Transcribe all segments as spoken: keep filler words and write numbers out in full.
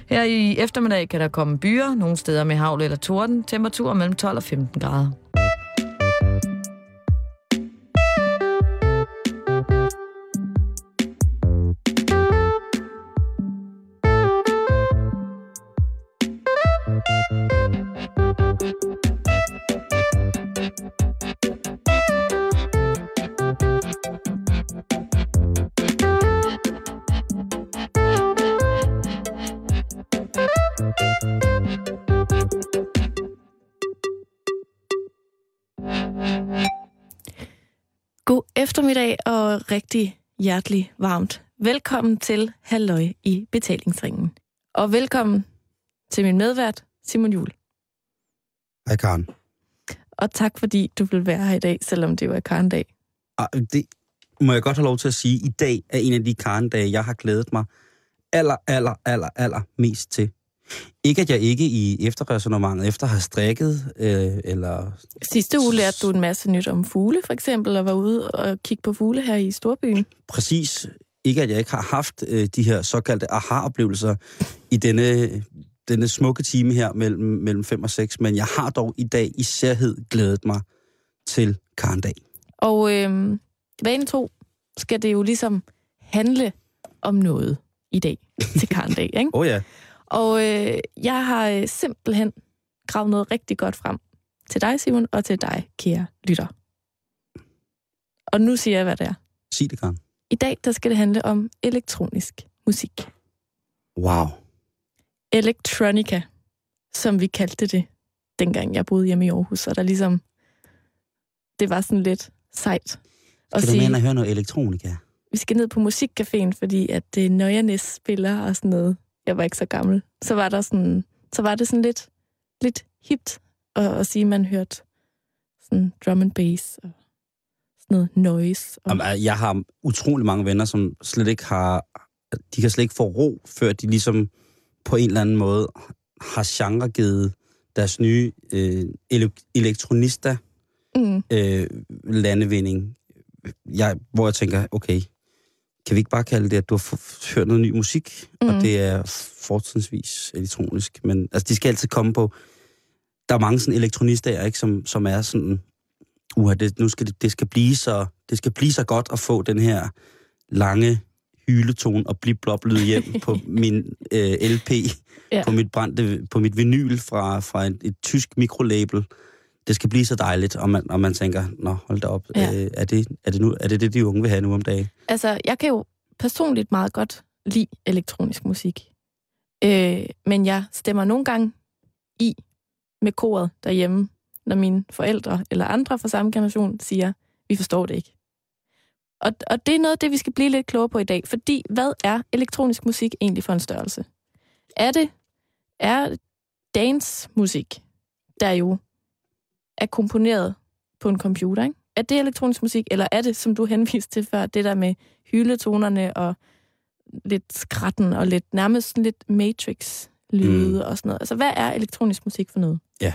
Her i eftermiddag kan der komme byer, nogle steder med hagl eller torden, temperaturer mellem tolv og femten grader. God eftermiddag og rigtig hjertelig varmt. Velkommen til Halløj i Betalingsringen. Og velkommen til min medvært, Simon Juhl. Hej Karen. Og tak fordi du vil være her i dag, selvom det jo er Karen-dag. Det må jeg godt have lov til at sige. I dag er en af de Karen-dage, jeg har glædet mig aller, aller, aller, aller mest til. Ikke at jeg ikke i efterresonemanget efter har strikket, øh, eller... Sidste uge lærte du en masse nyt om fugle, for eksempel, og var ude og kigge på fugle her i Storbyen. Præcis. Ikke at jeg ikke har haft øh, de her såkaldte aha-oplevelser i denne, denne smukke time her mellem, mellem fem og seks, men jeg har dog i dag i særhed glædet mig til Karen-dag. Og øh, vanen tro skal det jo ligesom handle om noget i dag til Karen-dag, ikke? Åh oh, ja. Og øh, jeg har øh, simpelthen gravet noget rigtig godt frem til dig, Simon, og til dig, kære lytter. Og nu siger jeg, hvad det er. Sig det, Karen. I dag, der skal det handle om elektronisk musik. Wow. Electronica, som vi kaldte det, dengang jeg boede hjemme i Aarhus. Og der ligesom, det var sådan lidt sejt. Skal du sige, med ind og høre noget elektronika? Vi skal ned på musikcaféen, fordi at det Nøjernes spiller og sådan noget. Jeg var ikke så gammel. Så var der sådan, så var det sådan lidt, lidt hipt at, at sige, at man hørte sådan drum and bass og sådan noget noise. Og... Jamen, jeg har utrolig mange venner, som slet ikke har, de kan slet ikke få ro, før de ligesom på en eller anden måde har genregivet deres nye øh, elektronista mm. øh, landevinding. Jeg, hvor jeg tænker, okay, kan vi ikke bare kalde det, at du har hørt noget ny musik, mm. og det er fortrinsvis elektronisk. Men altså, de skal altid komme på... Der er mange sådan elektronister, ikke, som, som er sådan... Uha, det, nu skal det, det, skal blive så, det skal blive så godt at få den her lange hyletone og blip-blop-lyd hjem på min øh, L P, ja. på mit brændte, på mit vinyl fra, fra et, et tysk mikrolabel. Det skal blive så dejligt, og man, og man tænker, nå, hold da op, ja. øh, er, det, er, det nu, er det det, de unge vil have nu om dagen? Altså, jeg kan jo personligt meget godt lide elektronisk musik. Øh, men jeg stemmer nogle gange i med koret derhjemme, når mine forældre eller andre fra samme generation siger, vi forstår det ikke. Og, og det er noget af det, vi skal blive lidt klogere på i dag, fordi hvad er elektronisk musik egentlig for en størrelse? Er det er dance-musik, der jo er komponeret på en computer, ikke? Er det elektronisk musik, eller er det, som du henviste til før, det der med hyletonerne og lidt skratten og lidt nærmest lidt Matrix-lyde mm. og sådan noget? Altså, hvad er elektronisk musik for noget? Ja.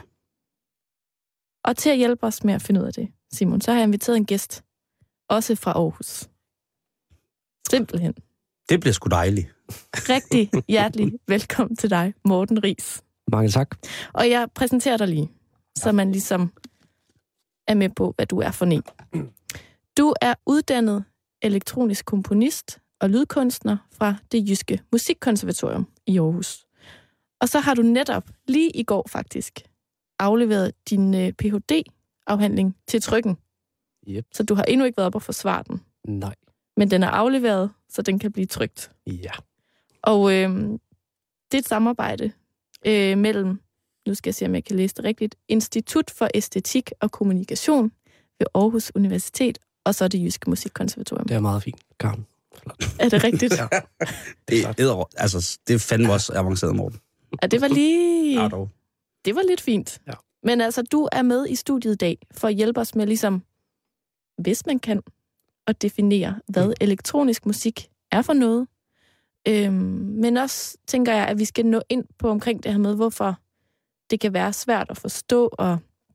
Og til at hjælpe os med at finde ud af det, Simon, så har jeg inviteret en gæst, også fra Aarhus. Simpelthen. Det bliver sgu dejligt. Rigtig hjertelig velkommen til dig, Morten Riis. Mange tak. Og jeg præsenterer dig lige, så man ligesom er med på, hvad du er for en. Du er uddannet elektronisk komponist og lydkunstner fra Det Jyske Musikkonservatorium i Aarhus. Og så har du netop, lige i går faktisk, afleveret din P H D-afhandling til trykken. Yep. Så du har endnu ikke været op og forsvare den. Nej. Men den er afleveret, så den kan blive trykt. Ja. Og øh, det er et samarbejde øh, mellem, nu skal jeg se, om jeg kan læse det rigtigt, Institut for Æstetik og Kommunikation ved Aarhus Universitet, og så Det Jyske Musikkonservatorium. Det er meget fint, Karen. Flot. Er det rigtigt? Ja. Det er, det er, altså, det er fandme også avanceret, Morten. Ja, det var lige... Ja, dog. Det var lidt fint. Ja. Men altså, du er med i studiet i dag for at hjælpe os med ligesom, hvis man kan, at definere, hvad mm. elektronisk musik er for noget. Øhm, men også tænker jeg, at vi skal nå ind på omkring det her med, hvorfor det kan være svært at forstå, og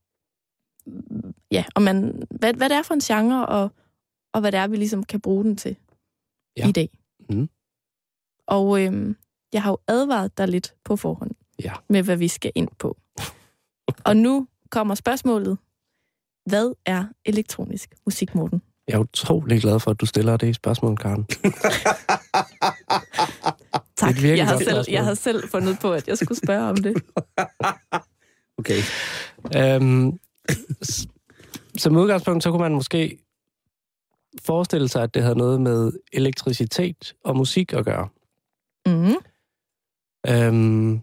ja, og man, hvad, hvad det er for en genre, og, og hvad det er, vi ligesom kan bruge den til ja. i dag. Mm. Og øhm, jeg har jo advaret dig lidt på forhånd Ja. med, hvad vi skal ind på. Og nu kommer spørgsmålet. Hvad er elektronisk musik, Morten? Jeg er utrolig glad for, at du stiller det spørgsmål, Karen. Tak. Det er et Jeg har, godt selv, spørgsmål. jeg har selv fundet på, at jeg skulle spørge om det. Okay. Øhm, s- som udgangspunkt, så kunne man måske forestille sig, at det havde noget med elektricitet og musik at gøre. Mm. Øhm,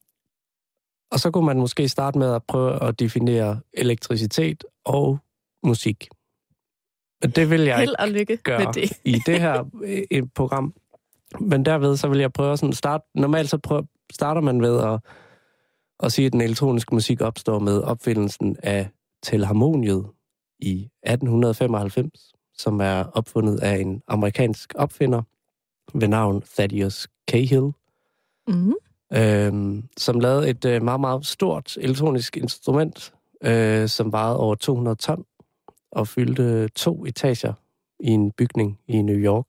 og så kunne man måske starte med at prøve at definere elektricitet og musik. Men det vil jeg Held og lykke ikke gøre med det. i det her øh, program. Men derved så vil jeg prøve sådan starte. Normalt så prøve, starter man ved at, at sige, at den elektroniske musik opstår med opfindelsen af telharmoniet i atten femoghalvfems, som er opfundet af en amerikansk opfinder ved navn Thaddeus Cahill, Mm. øhm, som lavede et øh, meget, meget stort elektronisk instrument, øh, som vejede over to hundrede ton og fyldte to etager i en bygning i New York.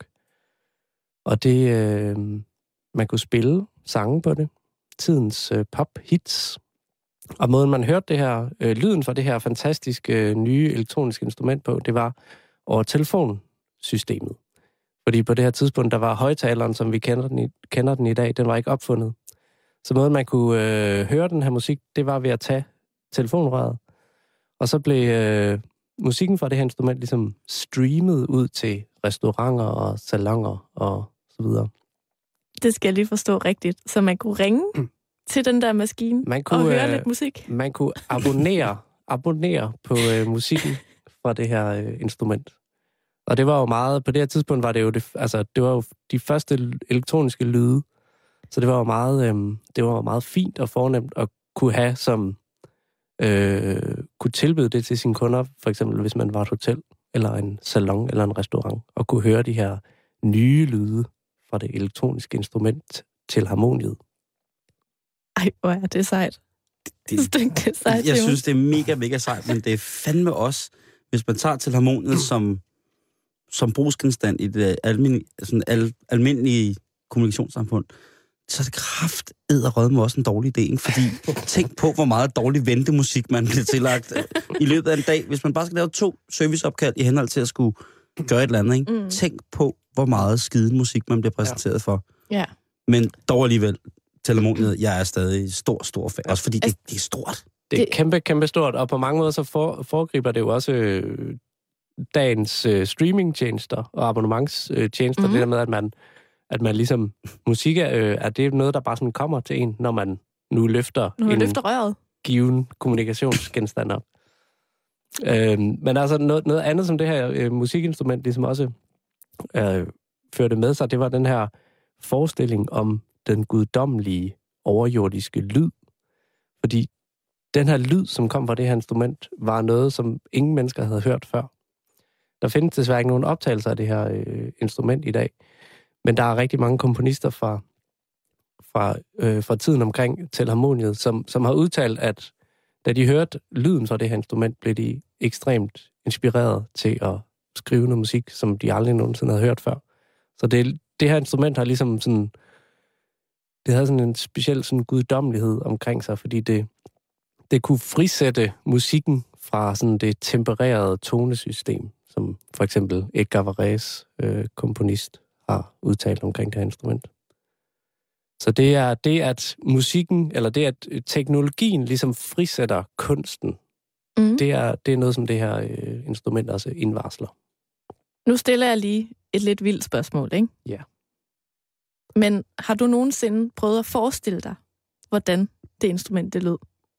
Og det, øh, man kunne spille sange på det, tidens øh, pop-hits. Og måden, man hørte det her, øh, lyden fra det her fantastiske øh, nye elektroniske instrument på, det var over telefonsystemet. Fordi på det her tidspunkt, der var højtaleren, som vi kender den i, kender den i dag, den var ikke opfundet. Så måden, man kunne øh, høre den her musik, det var ved at tage telefonrøret. Og så blev øh, musikken fra det her instrument ligesom streamet ud til restauranter og salonger og så videre. Det skal jeg lige forstå rigtigt. Så man kunne ringe mm. til den der maskine Man kunne, og høre øh, lidt musik? Man kunne abonnere, abonnere på øh, musikken fra det her øh, instrument. Og det var jo meget, på det her tidspunkt var det jo, det, altså, det var jo de første elektroniske lyde. Så det var jo meget, øh, det var jo meget fint og fornemt at kunne have som, øh, kunne tilbyde det til sine kunder, for eksempel hvis man var et hotel, eller en salon, eller en restaurant, og kunne høre de her nye lyde fra det elektroniske instrument til harmoniet. Ej, hvor er det sejt. Det, Det er sejt, jeg Simon. synes, det er mega, mega sejt, men det er fandme også, hvis man tager til harmoniet som, som brugsgenstand i det almindelige, sådan al, almindelige kommunikationssamfund, så er det kraft edderrødme også en dårlig idé, ikke? Fordi tænk på, hvor meget dårlig ventemusik man bliver tillagt i løbet af en dag. Hvis man bare skal lave to serviceopkald i henhold til at skulle gøre et eller andet, ikke? Mm. Tænk på, hvor meget skiden musik man bliver præsenteret ja. for. Ja. Men dog alligevel, telharmoniet, jeg er stadig stor, stor fan. Også fordi det, det er stort. Det er kæmpe, kæmpe stort, og på mange måder så for, foregriber det jo også øh, dagens øh, streamingtjenester og abonnementstjenester. Mm-hmm. Det der med, at man, at man ligesom, musik er, øh, er det noget, der bare sådan kommer til en, når man nu løfter Når man en løfter røret. given kommunikationsgenstand op. øh, men altså noget, noget andet, som det her øh, musikinstrument ligesom også øh, førte med sig, det var den her forestilling om den guddommelige overjordiske lyd. Fordi den her lyd, som kom fra det her instrument, var noget, som ingen mennesker havde hørt før. Der findes desværre ikke nogen optagelser af det her øh, instrument i dag, men der er rigtig mange komponister fra, fra, øh, fra tiden omkring telharmoniet, som, som har udtalt, at da de hørte lyden fra det her instrument, blev de ekstremt inspireret til at skrive noget musik, som de aldrig nogensinde havde hørt før. Så det, det her instrument har ligesom sådan, det havde sådan en speciel sådan guddommelighed omkring sig, fordi det, det kunne frisætte musikken fra sådan det tempererede tonesystem, som for eksempel Edgar Varese, øh, komponist, har udtalt omkring det her instrument. Så det er det, at musikken, eller det, at teknologien ligesom frisætter kunsten, mm. det, er, det er noget, som det her øh, instrument også indvarsler. Nu stiller jeg lige et lidt vildt spørgsmål, ikke? Ja. Men har du nogensinde prøvet at forestille dig, hvordan det instrument det lød?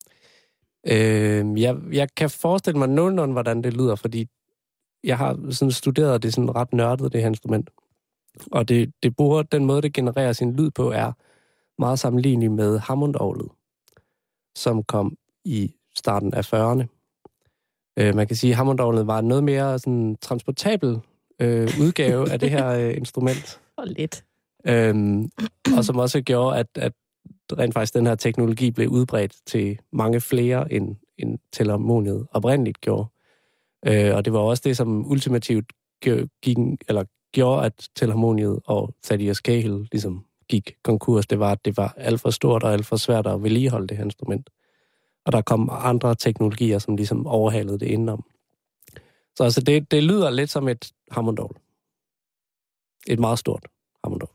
Øh, jeg, jeg kan forestille mig nogenlunde, hvordan det lyder, fordi jeg har sådan studeret det sådan ret nørdet, det her instrument. Og det, det bruger, den måde, det genererer sin lyd på, er meget sammenlignelig med Hammond-orglet, som kom i starten af fyrrerne. Øh, man kan sige, at Hammond-orglet var en noget mere sådan transportabel øh, udgave af det her øh, instrument. Og lidt. Øhm, og som også gjorde, at, at rent faktisk den her teknologi blev udbredt til mange flere, end, end telharmoniet oprindeligt gjorde. Øh, og det var også det, som ultimativt gik, eller gjorde, at telharmoniet og Thaddeus Cahill ligesom gik konkurs, det var, at det var alt for stort og alt for svært at vedligeholde det her instrument. Og der kom andre teknologier, som ligesom overhalede det indenom. Så altså, det, det lyder lidt som et hammondorgel. Et meget stort hammondorgel.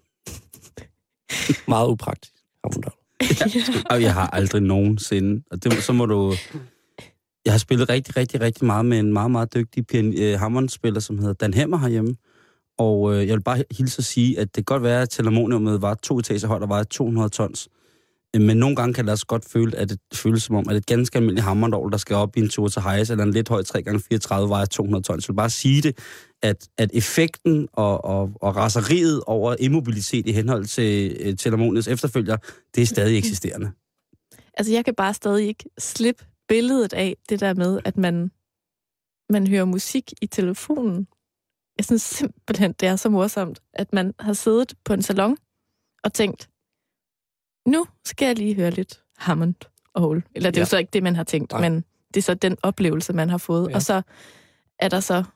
Meget upraktisk hammondorgel. Og jeg har aldrig nogensinde, og det, så må du... Jeg har spillet rigtig, rigtig, rigtig meget med en meget, meget dygtig pian, øh, Hammond-spiller, som hedder Dan Hemmer herhjemme. Og øh, jeg vil bare hilse at sige, at det kan godt være, at telharmoniummet var to etager højt og vejer to hundrede tons. Men nogle gange kan det også godt føle, at det føles som om, at et ganske almindeligt hammondorgel, der skal op i en Toyota Hiace, eller en lidt høj tre gange fireogtredive, vejer to hundrede tons. Jeg vil bare sige det, at, at effekten og, og, og raseriet over immobilitet i henhold til øh, telharmoniets efterfølger, det er stadig eksisterende. Altså, jeg kan bare stadig ikke slippe billedet af det der med, at man, man hører musik i telefonen. Jeg synes simpelthen, det er så morsomt, at man har siddet på en salon og tænkt, nu skal jeg lige høre lidt Hammond orgel. Eller det er ja. jo så ikke det, man har tænkt, Nej. men det er så den oplevelse, man har fået. Ja. Og så er der så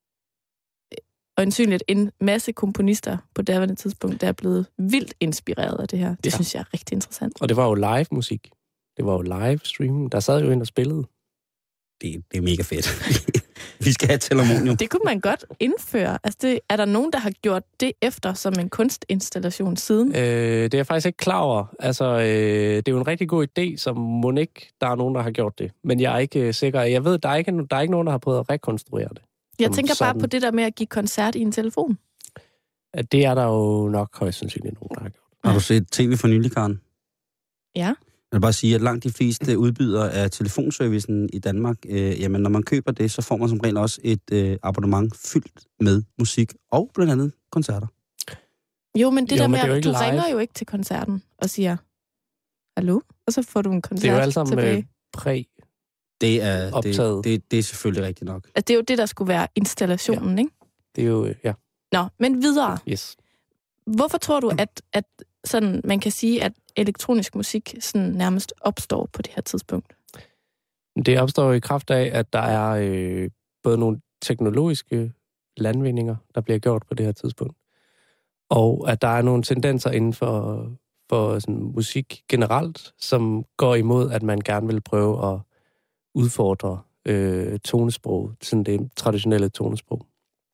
øjensynligt en masse komponister på daværende tidspunkt, der er blevet vildt inspireret af det her. Det ja. synes jeg er rigtig interessant. Og det var jo live musik. Det var jo live streaming. Der sad jo ind og spillede. Det, det er mega fedt. Vi skal have telharmonium. Det kunne man godt indføre. Altså, det, er der nogen, der har gjort det efter som en kunstinstallation siden? Øh, det er jeg faktisk ikke klar over. Altså, øh, det er jo en rigtig god idé, som må ikke, der er nogen, der har gjort det. Men jeg er ikke øh, sikker. Jeg ved, der er ikke, der er ikke nogen, der har prøvet at rekonstruere det. Jeg tænker sådan. bare på det der med at give koncert i en telefon. Det er der jo nok højst sandsynligt nogen, der har gjort. Har du set T V for nylig, Karen? Ja. Jeg vil bare sige, at langt de fleste udbydere af telefonservicen i Danmark, øh, jamen når man køber det, så får man som regel også et øh, abonnement fyldt med musik og blandt andet koncerter. Jo, men det jo, der men med, det at du live. ringer jo ikke til koncerten og siger, hallo, og så får du en koncert tilbage. Det er jo alt sammen tilbage. præ Det er, optaget. det, det, det er selvfølgelig rigtigt nok. Altså, det er jo det, der skulle være installationen, ja. ikke? Det er jo, ja. Nå, men videre. Yes. Hvorfor tror du, at, at sådan, man kan sige, at elektronisk musik sådan nærmest opstår på det her tidspunkt? Det opstår i kraft af, at der er øh, både nogle teknologiske landvindinger, der bliver gjort på det her tidspunkt, og at der er nogle tendenser inden for, for sådan, musik generelt, som går imod, at man gerne vil prøve at udfordre øh, tonesprog, sådan det traditionelle tonesprog.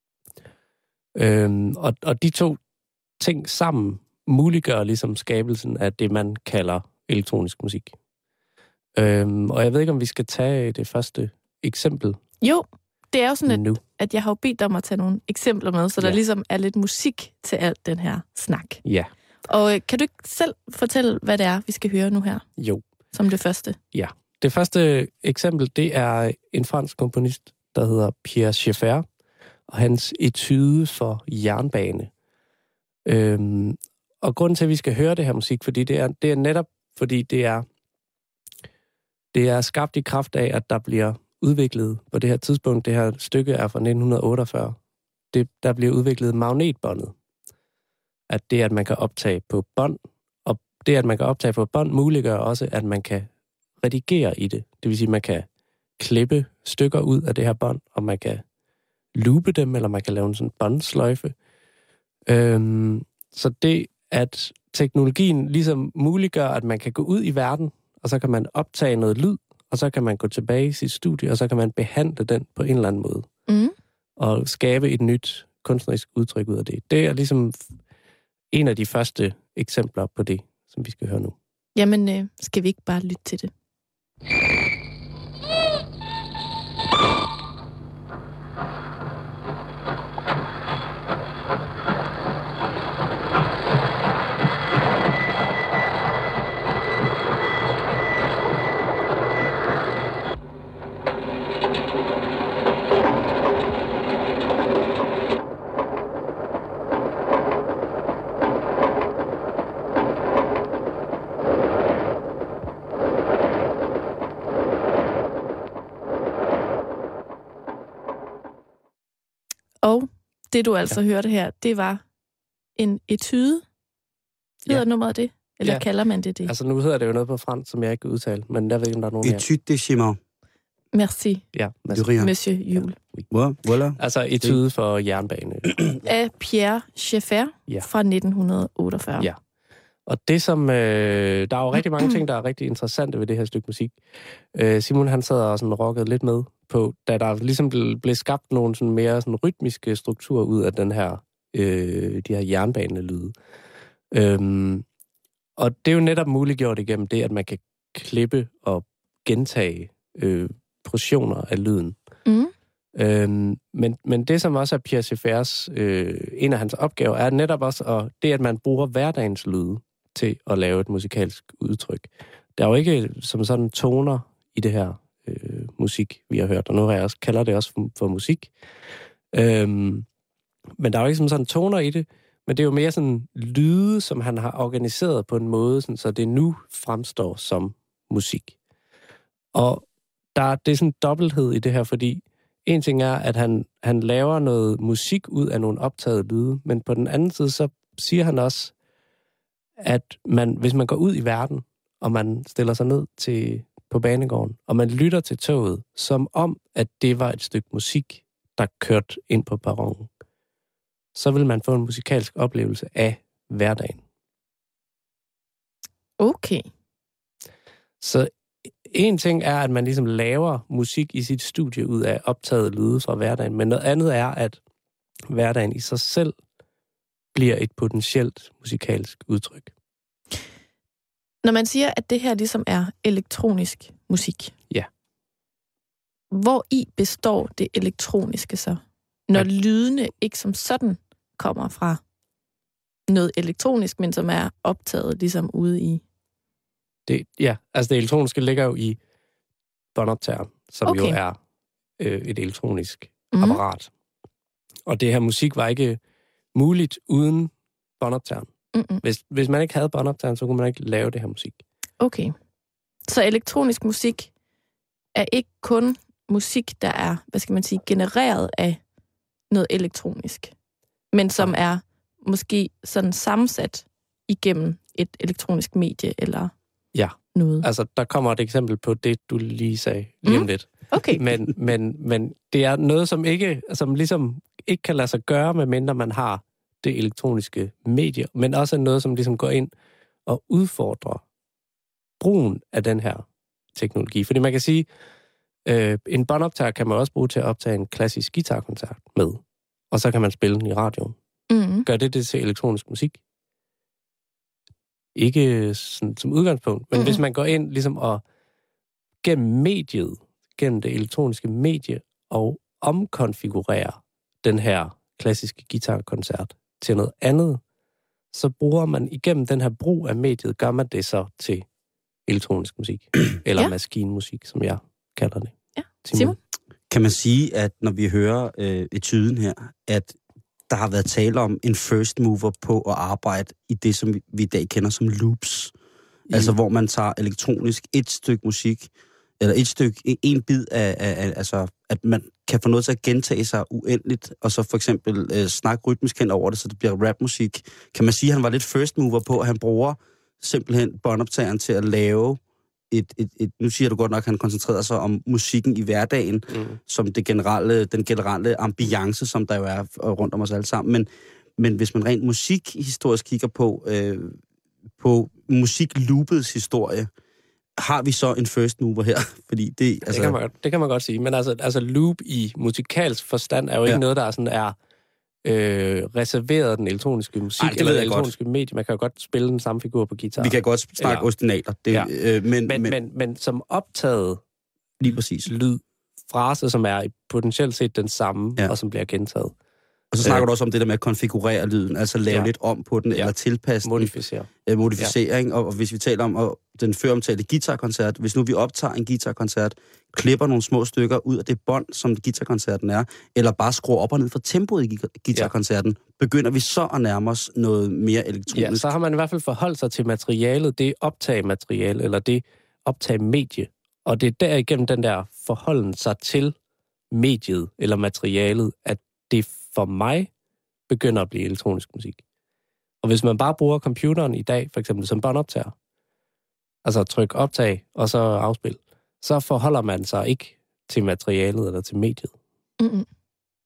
Øhm, og, og de to ting sammen muliggør ligesom skabelsen af det, man kalder elektronisk musik. Øhm, og jeg ved ikke, om vi skal tage det første eksempel. Jo, det er jo sådan, nu. at, at jeg har jo bedt dig om at tage nogle eksempler med, så der ja. ligesom er lidt musik til alt den her snak. Ja. Og øh, kan du ikke selv fortælle, hvad det er, vi skal høre nu her? Jo. Som det første. Ja. Det første eksempel, det er en fransk komponist, der hedder Pierre Schaeffer, og hans etude for jernbane. Øhm, og grunden til, at vi skal høre det her musik, fordi det er, det er netop, fordi det er, det er skabt i kraft af, at der bliver udviklet på det her tidspunkt, det her stykke er fra nitten otteogfyrre, det, der bliver udviklet magnetbåndet. At det, at man kan optage på bånd, og det, at man kan optage på bånd, muliggør også, at man kan redigere i det. Det vil sige, at man kan klippe stykker ud af det her bånd, og man kan loope dem, eller man kan lave en sådan båndsløjfe. Øhm, så det, at teknologien ligesom muliggør, at man kan gå ud i verden, og så kan man optage noget lyd, og så kan man gå tilbage i sit studie, og så kan man behandle den på en eller anden måde. Mm. Og skabe et nyt kunstnerisk udtryk ud af det. Det er ligesom en af de første eksempler på det, som vi skal høre nu. Jamen, øh, skal vi ikke bare lytte til det? Og det, du altså ja. hørte her, det var en etude. Hedder ja. nummeret det? Eller ja. kalder man det det? Altså, nu hedder det jo noget på fransk, som jeg ikke kan udtale, men jeg ved ikke, om der er nogen her. Etude de Chimon. Merci. Ja, merci. Monsieur Jules. Ja. Voilà. Altså, etude for jernbane. Af Pierre Schaeffer ja. fra nitten otteogfyrre. Ja. Og det som... Øh, der er jo rigtig mange ting, der er rigtig interessante ved det her stykke musik. Øh, Simon, han sad og sådan rockede lidt med på, da der ligesom blev, blev skabt nogle sådan mere sådan rytmiske strukturer ud af den her, øh, de her jernbanelyde. Øhm, og det er jo netop muliggjort igennem det, at man kan klippe og gentage øh, portioner af lyden. Mm. Øhm, men, men det, som også er Pierre Schaeffers, øh, en af hans opgaver, er netop også at, det, at man bruger hverdagens lyde til at lave et musikalsk udtryk. Der er jo ikke som sådan toner i det her øh, musik, vi har hørt, og nu har jeg også kalder det også for, for musik. Øhm, men der er jo ikke som sådan toner i det, men det er jo mere sådan lyde, som han har organiseret på en måde, sådan, så det nu fremstår som musik. Og der, det er sådan en dobbelthed i det her, fordi en ting er, at han, han laver noget musik ud af nogle optagede lyde, men på den anden side, så siger han også, at man, hvis man går ud i verden, og man stiller sig ned til, på banegården, og man lytter til toget, som om, at det var et stykke musik, der kørte ind på perronen, så vil man få en musikalsk oplevelse af hverdagen. Okay. Så en ting er, at man ligesom laver musik i sit studie ud af optaget lyde fra hverdagen, men noget andet er, at hverdagen i sig selv bliver et potentielt musikalsk udtryk. Når man siger, at det her ligesom er elektronisk musik, ja. Hvor i består det elektroniske så? Når ja. lydene ikke som sådan kommer fra noget elektronisk, men som er optaget ligesom ude i... Det, ja, altså det elektroniske ligger jo i båndoptageren, som okay. jo er øh, et elektronisk mm. apparat. Og det her musik var ikke muligt uden båndoptageren. Hvis, hvis man ikke havde båndoptageren, så kunne man ikke lave det her musik. Okay. Så elektronisk musik er ikke kun musik, der er, hvad skal man sige, genereret af noget elektronisk, men som ja. er måske sådan sammensat igennem et elektronisk medie eller ja. noget. Altså, der kommer et eksempel på det, du lige sagde lige om mm. lidt. Okay. Men, men, men det er noget, som ikke, som ligesom ikke kan lade sig gøre, medmindre man har det elektroniske medie, men også noget, som ligesom går ind og udfordrer brugen af den her teknologi. Fordi man kan sige, øh, en båndoptager kan man også bruge til at optage en klassisk guitarkoncert med, og så kan man spille den i radioen. Mm. Gør det det til elektronisk musik? Ikke sådan, som udgangspunkt, men mm. hvis man går ind ligesom og gennem mediet, gennem det elektroniske medie, og omkonfigurerer den her klassiske guitarkoncert til noget andet, så bruger man igennem den her brug af mediet, gør man det så til elektronisk musik. Eller ja. maskinmusik, som jeg kalder det. Ja, Simon? Kan man sige, at når vi hører øh, etyden her, at der har været tale om en first mover på at arbejde i det, som vi, vi i dag kender som loops. Mm. Altså, hvor man tager elektronisk et stykke musik, eller et stykke, en bid af, af, af, altså, at man kan få noget til at gentage sig uendeligt, og så for eksempel øh, snakke rytmisk hen over det, så det bliver rapmusik. Kan man sige, at han var lidt first mover på, at han bruger simpelthen båndoptageren til at lave et, et, et, nu siger du godt nok, at han koncentrerede sig om musikken i hverdagen, mm. som det generelle, den generelle ambiance, som der jo er rundt om os alle sammen. Men, men hvis man rent musikhistorisk kigger på, øh, på musikloopets historie, har vi så en first mover her? Fordi det, altså... det, kan man, det kan man godt sige, men altså, altså loop i musikalsk forstand er jo ikke ja. noget, der sådan er øh, reserveret den elektroniske musik. Ej, eller den elektroniske godt. medie. Man kan jo godt spille den samme figur på guitar. Vi kan godt snakke eller... ostinaler. Det, ja. øh, men, men, men, men, men som optaget lige præcis. lyd, frase, som er potentielt set den samme, ja. og som bliver gentaget. Og så snakker øh. du også om det der med at konfigurere lyden, altså lave ja. lidt om på den, ja. eller tilpasse Modificere. den. Modificering. Ja. Og, og hvis vi taler om og den føromtalte guitarkoncert, hvis nu vi optager en guitarkoncert, klipper nogle små stykker ud af det bånd, som guitarkoncerten er, eller bare skruer op og ned for tempoet i guitarkoncerten, ja. begynder vi så at nærme os noget mere elektronisk. Ja, så har man i hvert fald forholdt sig til materialet, det optagemateriale, eller det optagmedie. Og det er derigennem den der forholden sig til mediet, eller materialet, at det for mig begynder at blive elektronisk musik. Og hvis man bare bruger computeren i dag, for eksempel som båndoptager, altså tryk optag, og så afspil, så forholder man sig ikke til materialet eller til mediet. Mm-hmm.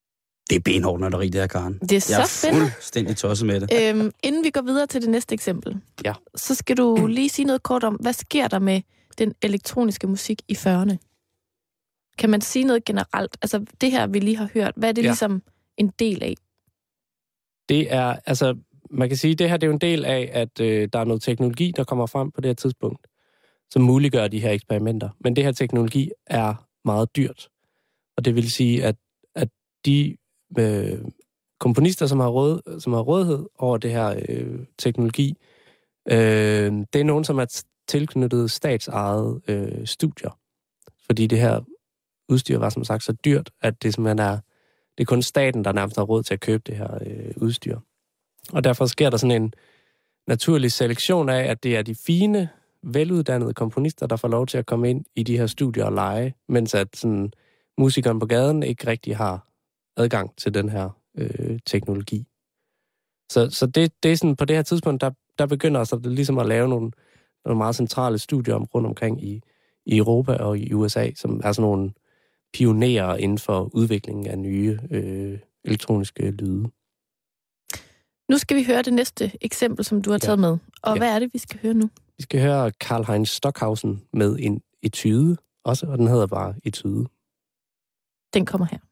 Det er benhårdt nørderi, det her, Karen. Det er så Jeg er spændende. fuldstændig tosset med det. Øhm, inden vi går videre til det næste eksempel, Ja. så skal du lige sige noget kort om, hvad sker der med den elektroniske musik i fyrrerne? Kan man sige noget generelt? Altså det her, vi lige har hørt, hvad er det Ja. ligesom en del af? Det er, altså, man kan sige, det her det er jo en del af, at øh, der er noget teknologi, der kommer frem på det her tidspunkt, som muliggør de her eksperimenter. Men det her teknologi er meget dyrt. Og det vil sige, at, at de øh, komponister, som har, råd, som har rådighed over det her øh, teknologi, øh, det er nogen, som er tilknyttet statsejede øh, studier. Fordi det her udstyr var som sagt så dyrt, at det simpelthen er, det er kun staten, der nærmest har råd til at købe det her øh, udstyr. Og derfor sker der sådan en naturlig selektion af, at det er de fine, veluddannede komponister, der får lov til at komme ind i de her studier og lege, mens at sådan, musikeren på gaden ikke rigtig har adgang til den her øh, teknologi. Så, så det, det er sådan, på det her tidspunkt, der, der begynder så det ligesom at lave nogle, nogle meget centrale studier om, rundt omkring i, i Europa og i U S A, som er sådan nogle pionerer inden for udviklingen af nye øh, elektroniske lyde. Nu skal vi høre det næste eksempel, som du har taget Ja. med. Og Ja. hvad er det, vi skal høre nu? Vi skal høre Karlheinz Stockhausen med en etude også, og den hedder bare etude. Den kommer her.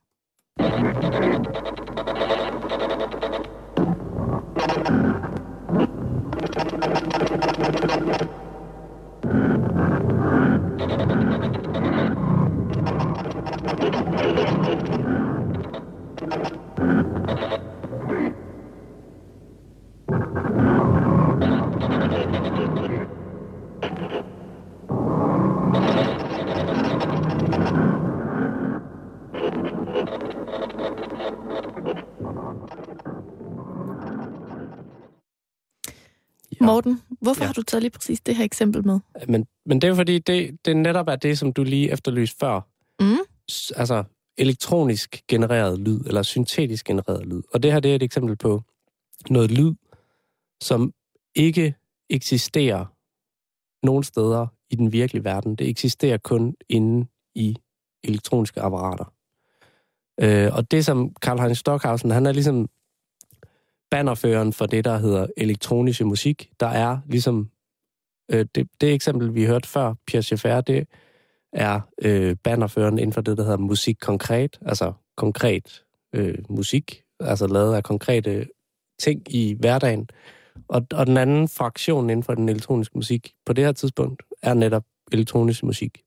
Morten, hvorfor Ja. ja. har du taget lige præcis det her eksempel med? Men, men det er jo fordi, det, det netop er det, som du lige efterlyste før. Mm. S- altså elektronisk genereret lyd, eller syntetisk genereret lyd. Og det her, det er et eksempel på noget lyd, som ikke eksisterer nogen steder i den virkelige verden. Det eksisterer kun inde i elektroniske apparater. Øh, og det som Karlheinz Stockhausen, han er ligesom bannerføreren for det, der hedder elektroniske musik. Der er ligesom, øh, det, det eksempel, vi hørte før, Pierre Schaeffer, det er øh, bannerføreren inden for det, der hedder musik konkret, altså konkret øh, musik, altså lavet af konkrete ting i hverdagen. Og, og den anden fraktion inden for den elektroniske musik på det her tidspunkt er netop elektronisk musik.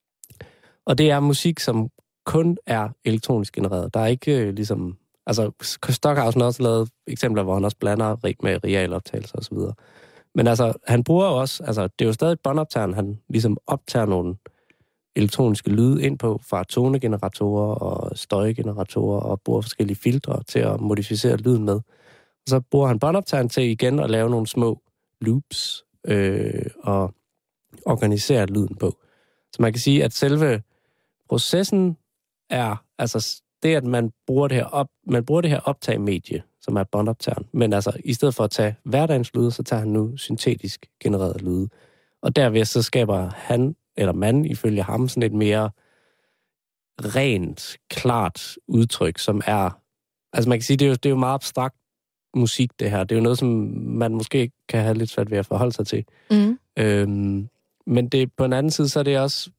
Og det er musik, som kun er elektronisk genereret. Der er ikke øh, ligesom... Altså, Stockhausen har også lavet eksempler, hvor han også blander med realoptagelser osv. Men altså, han bruger jo også... Altså, det er jo stadig båndoptageren, han ligesom optager nogle elektroniske lyde ind på fra tonegeneratorer og støjgeneratorer og bruger forskellige filtre til at modificere lyden med. Og så bruger han båndoptageren til igen at lave nogle små loops øh, og organisere lyden på. Så man kan sige, at selve processen er... altså det, at man bruger det her, op, man bruger det her optagmedie, som er båndoptageren, men altså, i stedet for at tage hverdagens lyde, så tager han nu syntetisk genereret lyde. Og derved så skaber han, eller man, ifølge ham, sådan et mere rent, klart udtryk, som er... Altså man kan sige, det er jo, det er jo meget abstrakt musik, det her. Det er jo noget, som man måske kan have lidt svært ved at forholde sig til. Mm. Øhm, men det, på en anden side, så er det også...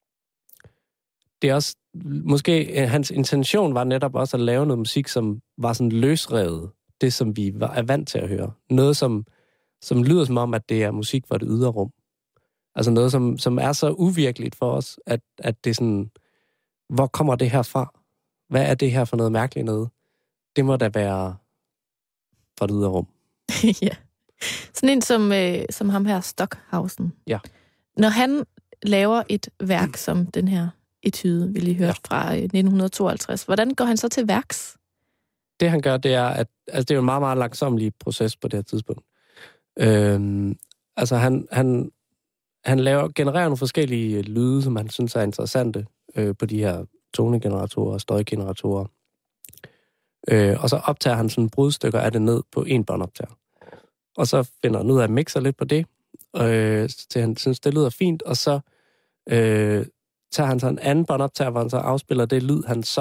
Det er også... Måske hans intention var netop også at lave noget musik, som var sådan løsrevet. Det, som vi var, er vant til at høre. Noget, som, som lyder som om, at det er musik for det ydre rum. Altså noget, som, som er så uvirkeligt for os, at, at det er sådan... Hvor kommer det her fra? Hvad er det her for noget mærkeligt noget? Det må da være fra det ydre rum. Ja. Sådan en som, øh, som ham her, Stockhausen. Ja. Når han laver et værk som den her etude, vi lige hørte ja. fra øh, nitten tooghalvtreds, hvordan går han så til værks? Det han gør, det er, at altså, det er jo en meget, meget langsomlig proces på det her tidspunkt. Øhm, altså han, han, han laver, genererer nogle forskellige lyde, som han synes er interessante øh, på de her tonegeneratorer og støjgeneratorer. Øh, og så optager han sådan brudstykker af det ned på en båndoptager. Og så finder han ud af at mixer lidt på det, øh, til han synes, det lyder fint, og så øh, tager han så en anden båndoptager, hvor han så afspiller det lyd, han så har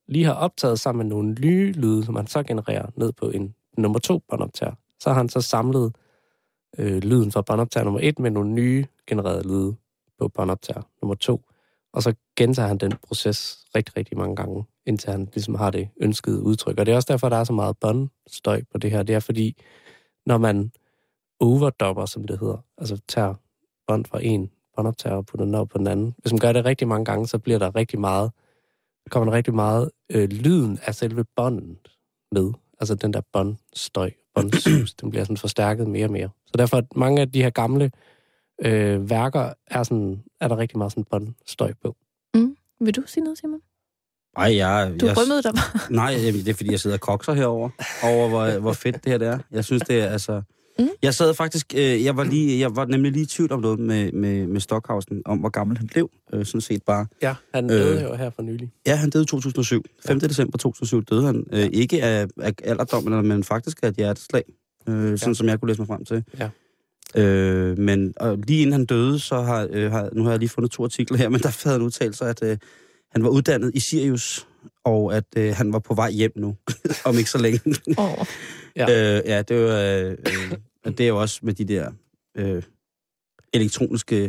lige har optaget sammen med nogle nye lyde, som han så genererer ned på en nummer to båndoptager. Så har han så samlet øh, lyden fra båndoptager nummer et med nogle nye genererede lyde på båndoptager nummer to. Og så gentager han den proces rigtig, rigtig mange gange, indtil han ligesom har det ønskede udtryk. Og det er også derfor, der er så meget båndstøj på det her. Det er fordi, når man overdubber, som det hedder, altså tager bånd fra en båndoptager og putter den over på den anden. Hvis man gør det rigtig mange gange, så bliver der rigtig meget, kommer der rigtig meget øh, lyden af selve båndet med. Altså den der båndstøj, båndsus, den bliver sådan forstærket mere og mere. Så derfor, mange af de her gamle øh, værker, er, sådan, er der rigtig meget sådan båndstøj på. Mm. Vil du sige noget, Simon? Nej, jeg... Du jeg, rømmede dig bare. Nej, det er fordi, jeg sidder og kokser herover over hvor, hvor fedt det her det er. Jeg synes, det er altså... Mm. Jeg sad faktisk... Øh, jeg, var lige, jeg var nemlig lige i tvivl om noget med, med, med Stockhausen, om hvor gammel han blev. Øh, sådan set bare. Ja, han døde jo øh, her for nylig. Ja, han døde i to tusind og syv. femte december to tusind og syv døde han. Øh, ikke af, af alderdom, men faktisk af et hjerteslag. Øh, sådan ja. Som jeg kunne læse mig frem til. Ja. Øh, men og lige inden han døde, så har, øh, har... Nu har jeg lige fundet to artikler her, men der havde han udtalt sig, at øh, han var uddannet i Sirius, og at øh, han var på vej hjem nu, om ikke så længe. Oh. Ja. Øh, ja, det var... Øh, det er jo også med de der øh, elektroniske...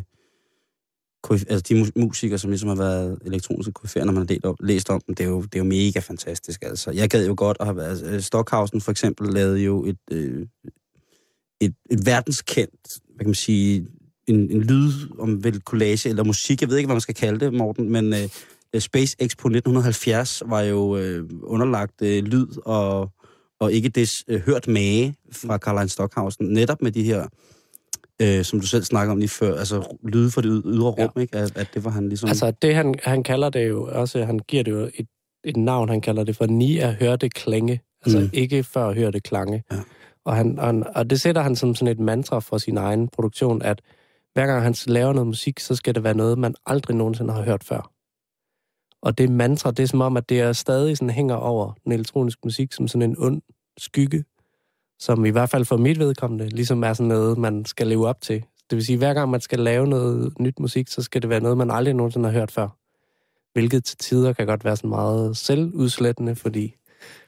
Altså de musikere, som ligesom har været elektroniske koryfærer, når man har op, læst om dem, det er, jo, det er jo mega fantastisk. Altså, jeg gad jo godt at have været... Altså, Stockhausen for eksempel lavede jo et, øh, et, et verdenskendt, hvad kan man sige, en, en lyd om vel collage eller musik. Jeg ved ikke, hvad man skal kalde det, Morten, men øh, Space Expo nitten halvfjerds var jo øh, underlagt øh, lyd og, og ikke det øh, hørt mage fra Karl-Heinz Stockhausen, netop med de her... Øh, som du selv snakker om lige før, altså lyde for det ydre rum, ja. Ikke? At, at det var han ligesom... Altså det, han, han kalder det jo også, han giver det jo et, et navn, han kalder det for ni at hørte klænge, altså mm. ikke før hørte klange. Ja. Og, han, og, han, og det sætter han som sådan et mantra for sin egen produktion, at hver gang han laver noget musik, så skal det være noget, man aldrig nogensinde har hørt før. Og det mantra, det er som om, at det er stadig sådan hænger over den elektroniske musik, som sådan en ond skygge, som i hvert fald for mit vedkommende, ligesom er sådan noget, man skal leve op til. Det vil sige, hver gang man skal lave noget nyt musik, så skal det være noget, man aldrig nogensinde har hørt før. Hvilket til tider kan godt være sådan meget selvudslættende, fordi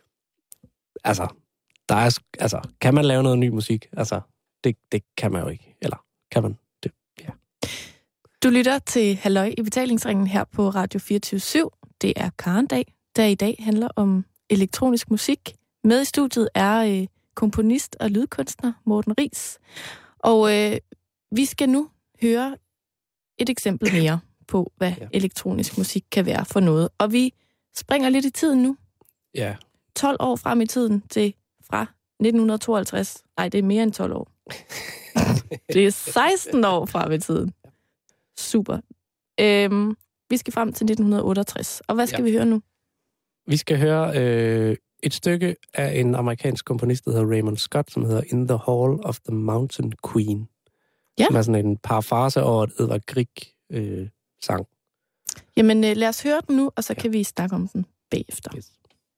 altså, der er, altså, kan man lave noget ny musik? Altså, det, det kan man jo ikke. Eller kan man? Det, ja. Du lytter til Halløj i betalingsringen her på Radio fireogtyve syv. Det er Karendag, der i dag handler om elektronisk musik. Med i studiet er øh, komponist og lydkunstner Morten Riis. Og øh, vi skal nu høre et eksempel mere på, hvad ja. elektronisk musik kan være for noget. Og vi springer lidt i tiden nu. Ja. tolv år frem i tiden til fra nitten tooghalvtreds. Nej, det er mere end tolv år. Det er seksten år frem i tiden. Super. Øhm, vi skal frem til nitten otteogtres. Og hvad skal ja. vi høre nu? Vi skal høre øh, et stykke af en amerikansk komponist, der hedder Raymond Scott, som hedder In the Hall of the Mountain Queen. Ja. Som er sådan en parafrase over et Edvard Grieg-sang. Øh, Jamen, øh, lad os høre den nu, og så ja. kan vi snakke om den bagefter. Yes.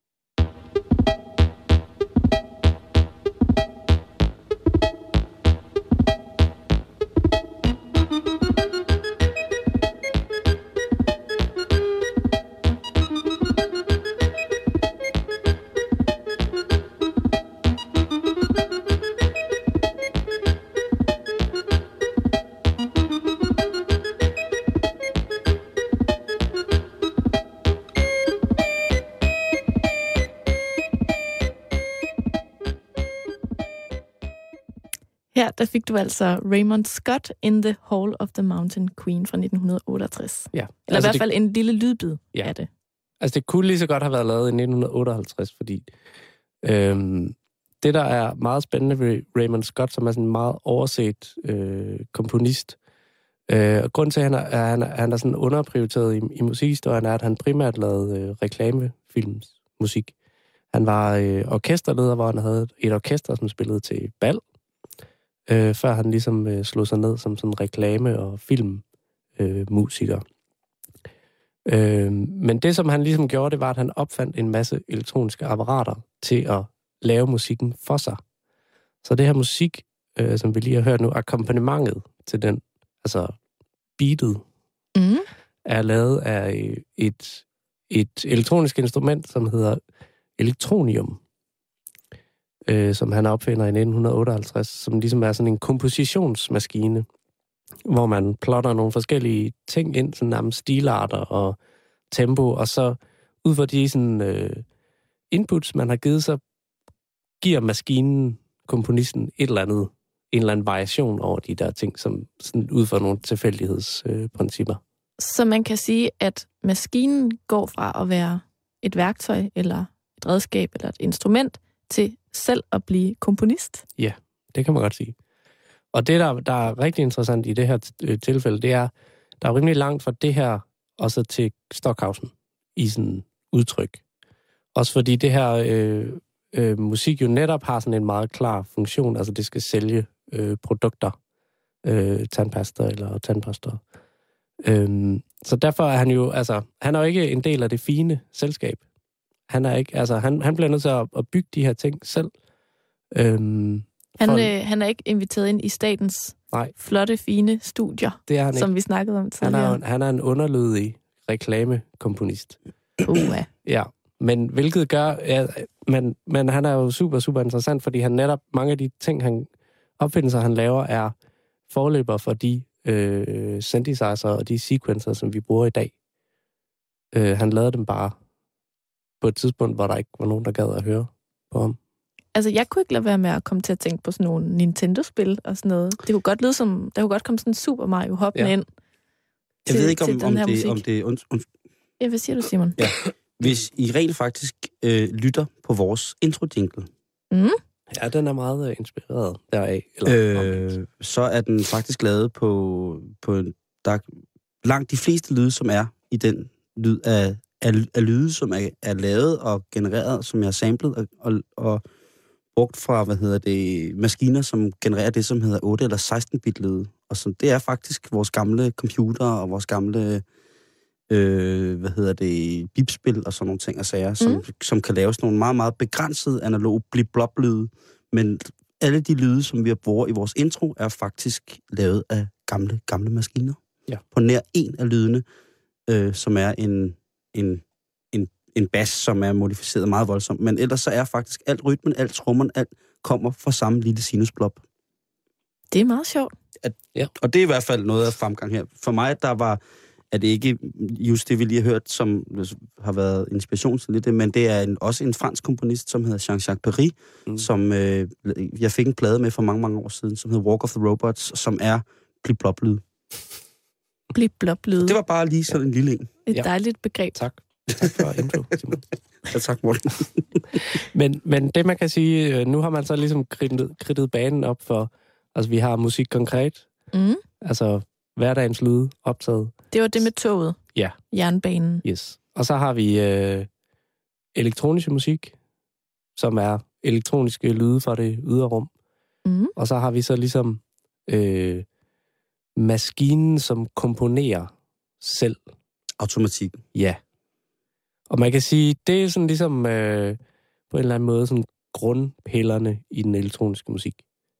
Her der fik du altså Raymond Scott in the Hall of the Mountain Queen fra nitten otteogtres. Ja. Eller altså i hvert fald det... en lille lydbid ja. af det. Altså det kunne lige så godt have været lavet i nitten otteoghalvtreds, fordi øhm, det, der er meget spændende ved Raymond Scott, som er sådan en meget overset øh, komponist, øh, og grunden til, at han er, at han er, han er sådan underprioriteret i, i musikhistorien, er, at han primært lavede øh, reklamefilmsmusik. Han var øh, orkesterleder, hvor han havde et orkester, som spillede til bal, øh, før han ligesom øh, slog sig ned som sådan reklame- og filmmusiker. Øh, øh, men det, som han ligesom gjorde, det var, at han opfandt en masse elektroniske apparater til at lave musikken for sig. Så det her musik, øh, som vi lige har hørt nu, akkompagnementet til den, altså beatet, mm. er lavet af et, et elektronisk instrument, som hedder elektronium, øh, som han opfinder i nitten otteoghalvtreds, som ligesom er sådan en kompositionsmaskine, hvor man plotter nogle forskellige ting ind, sådan nærmest stilarter og tempo, og så ud fra de sådan, øh, inputs, man har givet, så giver maskinen, komponisten, et eller andet, en eller anden variation over de der ting, som sådan ud fra nogle tilfældighedsprincipper. Øh, Så man kan sige, at maskinen går fra at være et værktøj, eller et redskab, eller et instrument, til selv at blive komponist? Ja, det kan man godt sige. Og det, der, der er rigtig interessant i det her tilfælde, det er, der er rimelig langt fra det her, og så til Stockhausen, i sådan udtryk. Også fordi det her øh, øh, musik jo netop har sådan en meget klar funktion, altså det skal sælge øh, produkter, øh, tandpasta eller tandpasta. Øhm, så derfor er han jo, altså, han er jo ikke en del af det fine selskab. Han er ikke, altså, han, han bliver nødt til at, at bygge de her ting selv. Øhm, han, for, øh, han er ikke inviteret ind i statens nej, flotte, fine studier, det er han som ikke. vi snakkede om tidligere. Han er, han er en underlydig reklamekomponist. Uh, Ja, men hvilket gør, ja, men, men han er jo super, super interessant, fordi han netop, mange af de ting, han opfindelser, han laver, er forløber for de øh, synthesizer og de sequencer, som vi bruger i dag. Øh, han lavede dem bare på et tidspunkt, hvor der ikke var nogen, der gad at høre på ham. Altså, jeg kunne ikke lade være med at komme til at tænke på sådan nogle Nintendo-spil og sådan noget. Det kunne godt lyde som, der kunne godt komme sådan en Super Mario hoppende Ja. ind Jeg til, ved ikke, om, til om, den her det, musik. om det... Und, und, Ja, hvad siger du, Simon? ja. Hvis I rent faktisk øh, lytter på vores intro-jingle, Mm? Ja, den er meget inspireret deraf. Eller, øh, så er den faktisk lavet på... på en, der er langt de fleste lyde, som er i den lyd af, af, af lyde, som er, er lavet og genereret, som jeg har samlet og, og, og brugt fra, hvad hedder det, maskiner, som genererer det, som hedder otte eller seksten bit lyde. Og så, det er faktisk vores gamle computer og vores gamle... Øh, hvad hedder det, bipspil og sådan nogle ting og sager, som, mm. som kan laves nogle meget, meget begrænsede analog blip-blop-lyde. Men alle de lyde, som vi har brugt i vores intro, er faktisk lavet af gamle, gamle maskiner. Ja. På nær en af lydene, øh, som er en, en, en, en bass, som er modificeret meget voldsomt. Men ellers så er faktisk alt rytmen, alt trommen, alt kommer fra samme lille sinusblop. Det er meget sjovt. At, ja. Og det er i hvert fald noget af fremgang her. For mig, der var... er det ikke just det, vi lige har hørt, som har været inspiration til det, men det er en, også en fransk komponist, som hedder Jean-Jacques Perry, mm. som øh, jeg fik en plade med for mange, mange år siden, som hedder Walk of the Robots, som er blip-blop-lyd. Blip-blop-lyd. Det var bare lige sådan en lille en. Et ja. dejligt begreb. Tak. Tak for info, Simon. Ja, tak, Morten. men, men det, man kan sige, nu har man så ligesom kridtet, kridtet banen op for, altså vi har musik konkret, Mm. altså hverdagens lyde optaget. Det var det med toget. Ja. Jernbanen. Yes. Og så har vi øh, elektronisk musik, som er elektroniske lyde fra det ydre rum. Mm. Og så har vi så ligesom øh, maskinen, som komponerer selv. Automatik. Ja. Og man kan sige, det er sådan ligesom øh, på en eller anden måde sådan grundpillerne i den elektroniske musik,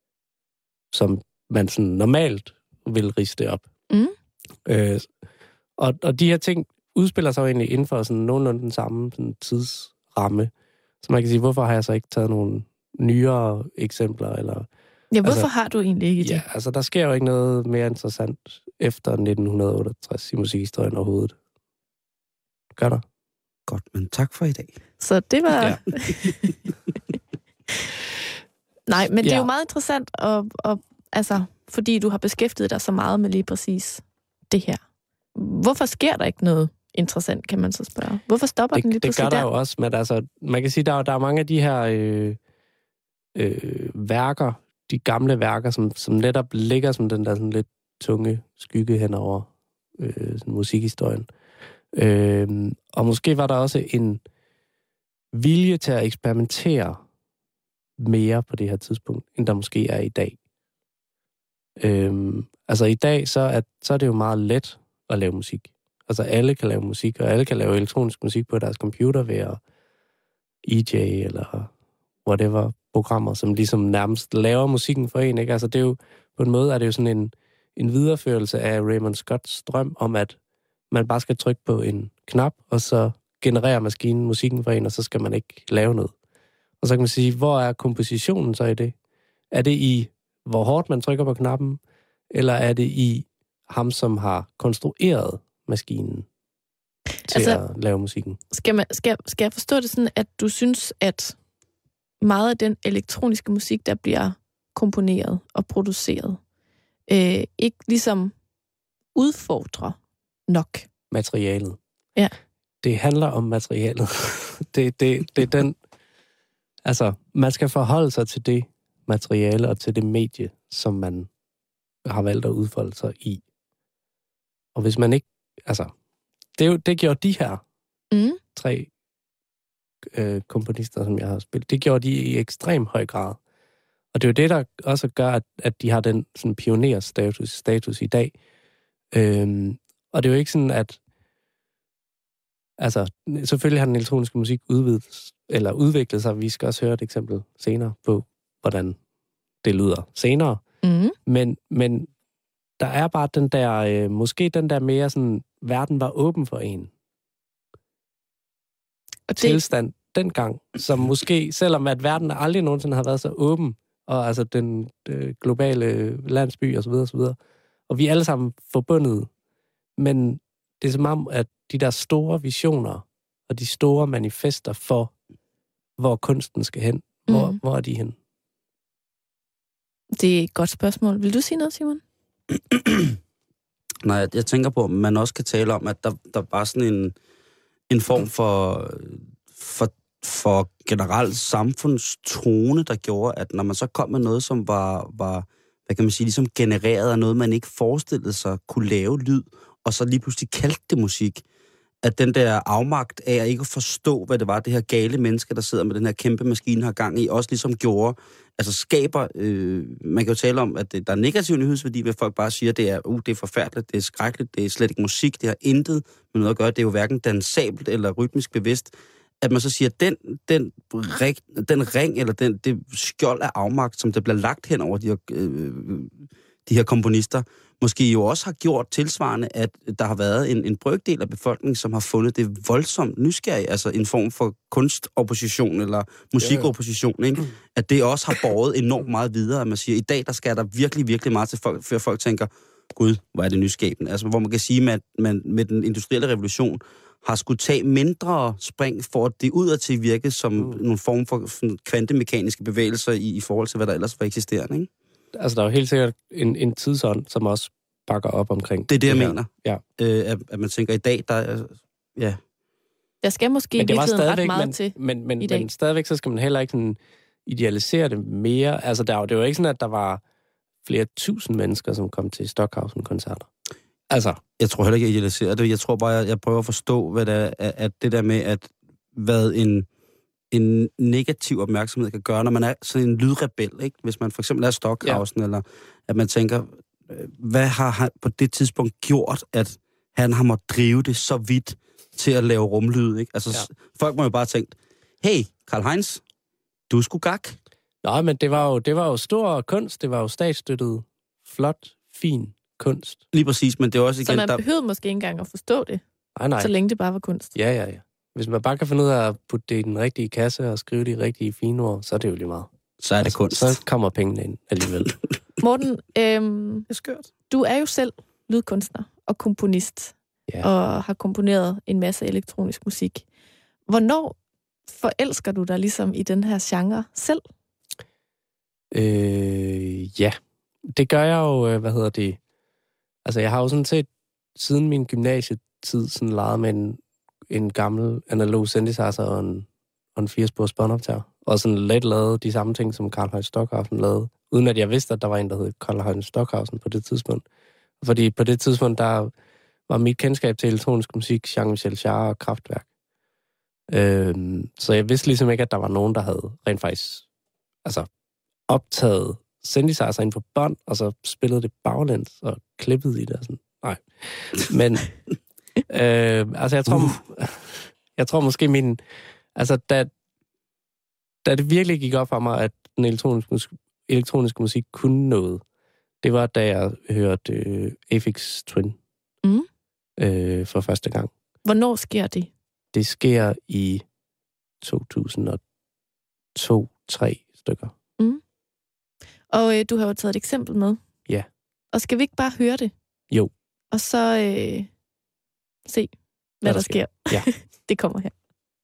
som man sådan normalt vil riste op. Mm. Øh, og, og de her ting udspiller sig jo egentlig inden for sådan nogenlunde den samme sådan tidsramme. Så man kan sige, hvorfor har jeg så ikke taget nogle nyere eksempler? Eller, Ja, hvorfor altså, har du egentlig ikke det? Ja, altså der sker jo ikke noget mere interessant efter nitten otteogtres i musikhistorien overhovedet. Gør der? Godt, men tak for i dag. Så det var... Ja. Nej, men det er Ja. jo meget interessant, og, og, altså, fordi du har beskæftiget dig så meget med lige præcis det her. Hvorfor sker der ikke noget interessant, kan man så spørge? Hvorfor stopper det, den lige det pludselig gør der der? jo også, men altså, man kan sige, der er, der er mange af de her øh, øh, værker, de gamle værker, som, som netop ligger som den der sådan lidt tunge skygge hen over øh, sådan musikhistorien. Øh, og måske var der også en vilje til at eksperimentere mere på det her tidspunkt, end der måske er i dag. Øh, altså i dag, så er, så er det jo meget let at lave musik. Altså alle kan lave musik, og alle kan lave elektronisk musik på deres computer ved at E J eller whatever programmer, som ligesom nærmest laver musikken for en, ikke? Altså det er jo, på en måde er det jo sådan en, en videreførelse af Raymond Scotts drøm om, at man bare skal trykke på en knap, og så genererer maskinen musikken for en, og så skal man ikke lave noget. Og så kan man sige, hvor er kompositionen så i det? Er det i, hvor hårdt man trykker på knappen, eller er det i ham, som har konstrueret maskinen til altså, at lave musikken? Skal, man, skal, skal jeg forstå det sådan, at du synes, at meget af den elektroniske musik, der bliver komponeret og produceret, øh, ikke ligesom udfordrer nok? Materialet. Ja. Det handler om materialet. det, det, det er den... Altså, man skal forholde sig til det materiale og til det medie, som man har valgt at udfolde sig i. Og hvis man ikke... Altså, det, er jo, det gjorde de her mm. tre øh, komponister, som jeg har spillet. Det gjorde de i ekstrem høj grad. Og det er jo det, der også gør, at, at de har den sådan pionerstatus status i dag. Øhm, og det er jo ikke sådan, at... Altså, selvfølgelig har den elektroniske musik udvidet, eller udviklet sig. Vi skal også høre et eksempel senere på, hvordan det lyder senere. Mm. Men, men der er bare den der, øh, måske den der mere sådan, verden var åben for en. Og det... tilstand dengang, som måske, selvom at verden aldrig nogensinde har været så åben, og altså den øh, globale landsby og så videre, og så videre, og vi er alle sammen forbundet, men det er som om, at de der store visioner og de store manifester for, hvor kunsten skal hen, hvor, mm. hvor er de hen? Det er et godt spørgsmål. Vil du sige noget, Simon? Nej, jeg tænker på, at man også kan tale om, at der, der var sådan en, en form for, for, for generelt samfundstone, der gjorde, at når man så kom med noget, som var, var hvad kan man sige, ligesom genereret af noget, man ikke forestillede sig kunne lave lyd, og så lige pludselig kaldte det musik, at den der afmagt af at ikke forstå, hvad det var, det her gale menneske, der sidder med den her kæmpe maskine, har gang i, også ligesom gjorde, altså skaber, øh, man kan jo tale om, at det, der er negativ nyhedsværdi, ved folk bare siger, det er, uh, det er forfærdeligt, det er skrækkeligt, det er slet ikke musik, det har intet med noget at gøre, det er jo hverken dansabelt eller rytmisk bevidst, at man så siger, at den, den, ring, den ring, eller den, det skjold af afmagt, som der bliver lagt hen over de her, øh, de her komponister, måske jo også har gjort tilsvarende, at der har været en, en brøkdel af befolkningen, som har fundet det voldsomt nysgerrig, altså en form for kunstopposition eller musikopposition, ikke? At det også har båret enormt meget videre, at man siger, at i dag der skal der virkelig, virkelig meget til folk, før folk tænker, gud, hvor er det nyskabende. Altså hvor man kan sige, at man med den industrielle revolution har skulle tage mindre spring for at det udadtil virke som mm. nogle form for kvantemekaniske bevægelser i, i forhold til, hvad der ellers var eksisterende, ikke? Altså, der er jo helt sikkert en, en tidsånd, som også bakker op omkring det. er det, jeg det mener. Ja. Øh, at, at man tænker, i dag, der er... Ja. Der skal måske i virkeligheden ret meget men, til men, men, i dag. Men stadigvæk, så skal man heller ikke sådan idealisere det mere. Altså, der, det var ikke sådan, at der var flere tusind mennesker, som kom til Stockhausen-koncerter. Altså... Jeg tror heller ikke, jeg idealiserer det. Jeg tror bare, jeg, jeg prøver at forstå, hvad det er, at det der med, at hvad en... en negativ opmærksomhed kan gøre, når man er sådan en lydrebel, ikke? Hvis man for eksempel er Stockhausen, ja. Eller at man tænker, hvad har han på det tidspunkt gjort, at han har måttet drive det så vidt til at lave rumlyd, ikke? Altså, ja. Folk må jo bare tænke, hey, Karl Heinz, du er sgu gak. Nej, men det var jo, det var jo stor kunst, det var jo statsstøttet, flot, fin kunst. Lige præcis, men det er også igen... Så man der... behøvede måske ikke engang at forstå det, nej, nej. Så længe det bare var kunst. Ja, ja, ja. Hvis man bare kan finde ud af at putte det i den rigtige kasse og skrive de rigtige fine ord, så er det jo lige meget. Så er det kunst. Så kommer pengene ind alligevel. Morten, øhm, det er skørt. Du er jo selv lydkunstner og komponist, ja. Og har komponeret en masse elektronisk musik. Hvornår forelsker du dig ligesom i den her genre selv? Øh, ja, det gør jeg jo, hvad hedder det... Altså, jeg har jo sådan set siden min gymnasietid sådan leget med en en gammel analog synthesizer og en, og en fire-spors båndoptager. Og sådan let lavet de samme ting, som Karl Heinz Stockhausen lavede. Uden at jeg vidste, at der var en, der hed Karl Heinz Stockhausen på det tidspunkt. Fordi på det tidspunkt, der var mit kendskab til elektronisk musik, Jean-Michel Jarre og Kraftwerk. Øhm, så jeg vidste ligesom ikke, at der var nogen, der havde rent faktisk altså, optaget synthesizer ind på bånd, og så spillede det baglæns og klippede i det. Og sådan. Nej. Men... Øh, altså, jeg tror, uh. jeg tror måske min... Altså, da, da det virkelig gik op for mig, at den elektroniske musik, elektroniske musik kunne noget, det var, da jeg hørte øh, Aphex Twin mm. øh, for første gang. Hvornår sker det? det sker i to tusind og to tre stykker. Mm. Og øh, du har jo taget et eksempel med. Ja. Og skal vi ikke bare høre det? Jo. Og så øh, se, hvad, hvad der, der sker. sker. Ja. Det kommer her.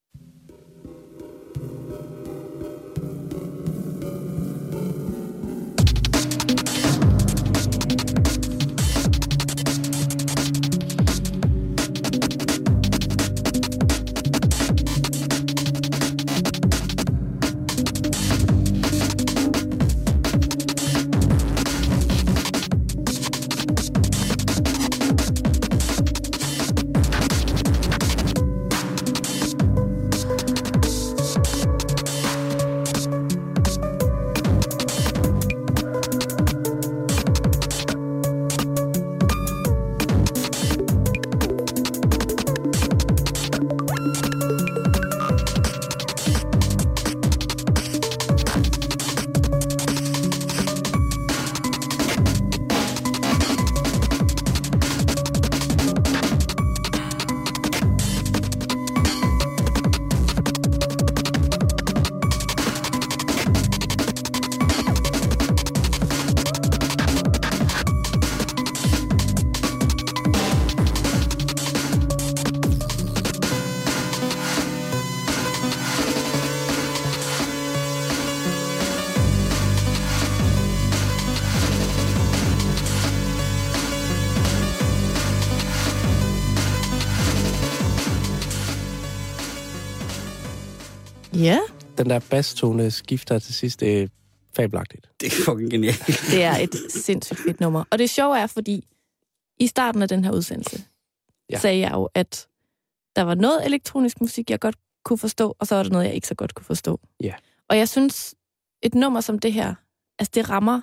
Ja. Den der basstone skifter til sidst, det er fabelagtigt. Det er fucking genialt. Det er et sindssygt fedt nummer. Og det sjove er, fordi i starten af den her udsendelse, ja. sagde jeg jo, at der var noget elektronisk musik, jeg godt kunne forstå, og så var der noget, jeg ikke så godt kunne forstå. Ja. Og jeg synes, et nummer som det her, altså det rammer,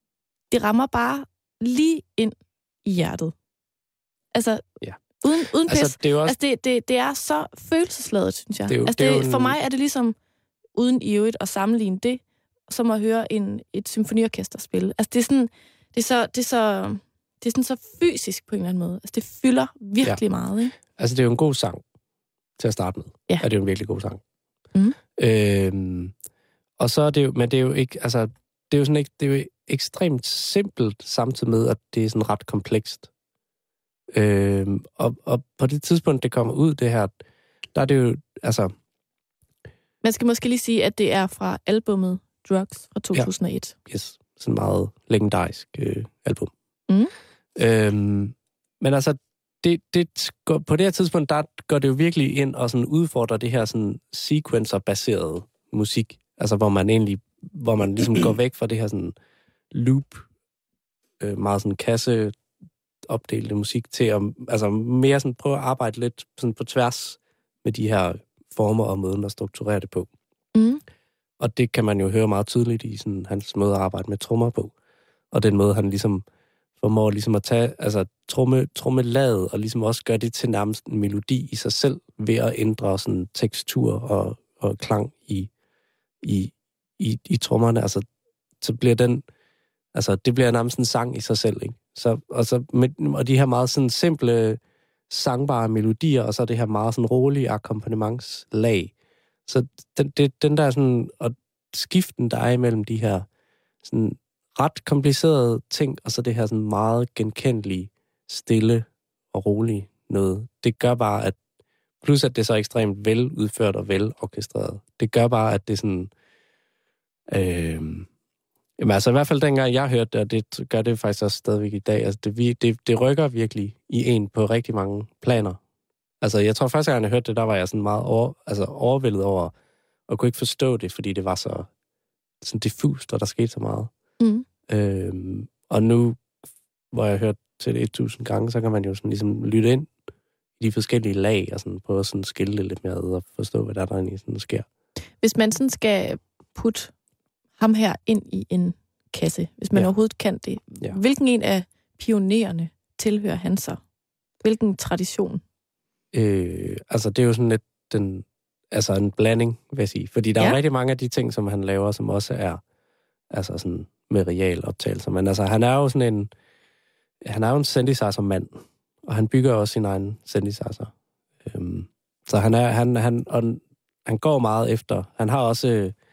det rammer bare lige ind i hjertet. Altså, ja. uden, uden pis. Altså, det er, også... altså det, det, det er så følelsesladet, synes jeg. Det er jo, altså, det det, er en... For mig er det ligesom, uden i øvrigt at sammenligne det, som at høre en, et symfoniorkester spille. Altså, det er sådan, det er så, det er så, det er sådan så fysisk på en eller anden måde. Altså, det fylder virkelig ja. meget, ikke? Altså, det er jo en god sang til at starte med. Ja. Er det jo en virkelig god sang. Mm. Øhm, og så er det jo, men det er jo ikke, altså, det er jo sådan ikke, det er jo ekstremt simpelt, samtidig med, at det er sådan ret komplekst. Øhm, og, og på det tidspunkt, det kommer ud, det her, der er det jo, altså... Man skal måske lige sige, at det er fra albummet Drugs fra to tusind og et. Ja, yes, sådan meget legendarisk øh, album. Mm. Øhm, men altså, det, det går, på det her tidspunkt, der går det jo virkelig ind og sådan udfordrer det her sådan sequencer-baserede musik. Altså, hvor man egentlig, hvor man ligesom går væk fra det her sådan loop, øh, meget sådan kasseopdelte musik, til at altså, mere sådan prøve at arbejde lidt sådan på tværs med de her former og måden at strukturere det på. Mm. Og det kan man jo høre meget tydeligt i sådan, hans måde at arbejde med trommer på. Og den måde, han ligesom formår ligesom at tage altså, tromme, trommelaget og ligesom også gøre det til nærmest en melodi i sig selv, ved at ændre sådan tekstur og, og klang i, i, i, i trommerne. Altså, så bliver den, altså, det bliver nærmest en sang i sig selv, ikke? Så, og, så med, og de her meget sådan simple sangbare melodier, og så det her meget sådan rolige akkompagnementslag. Så den, det, den der sådan, og skiften, der er imellem de her sådan ret komplicerede ting, og så det her sådan meget genkendelige, stille og rolige noget, det gør bare, at plus at det er så ekstremt veludført og velorkestreret, det gør bare, at det sådan øh, jamen altså i hvert fald dengang jeg hørte det, og det gør det faktisk også stadigvæk i dag, altså det, det, det rykker virkelig i en på rigtig mange planer. Altså jeg tror faktisk, at jeg hørte det, der var jeg sådan meget over, altså overvældet over, og kunne ikke forstå det, fordi det var så sådan diffust, og der skete så meget. Mm. Øhm, og nu, hvor jeg har hørt til det et tusind gange, så kan man jo sådan ligesom lytte ind i de forskellige lag, og sådan prøve at sådan skille det lidt mere ad, og forstå, hvad der, der egentlig sådan sker. Hvis man sådan skal putte ham her ind i en kasse, hvis man ja. overhovedet kan det, ja. hvilken en af pionererne tilhører han så? Hvilken tradition? Øh, altså, det er jo sådan lidt den, altså en blanding, vil jeg sige. Fordi der ja. er rigtig mange af de ting, som han laver, som også er altså sådan med real optagelser. Men altså, han er jo sådan en, han er jo en synthesizer-mand, og han bygger også sin egen synthesizer. Øhm, Så han er, han, han, og han går meget efter. Han har også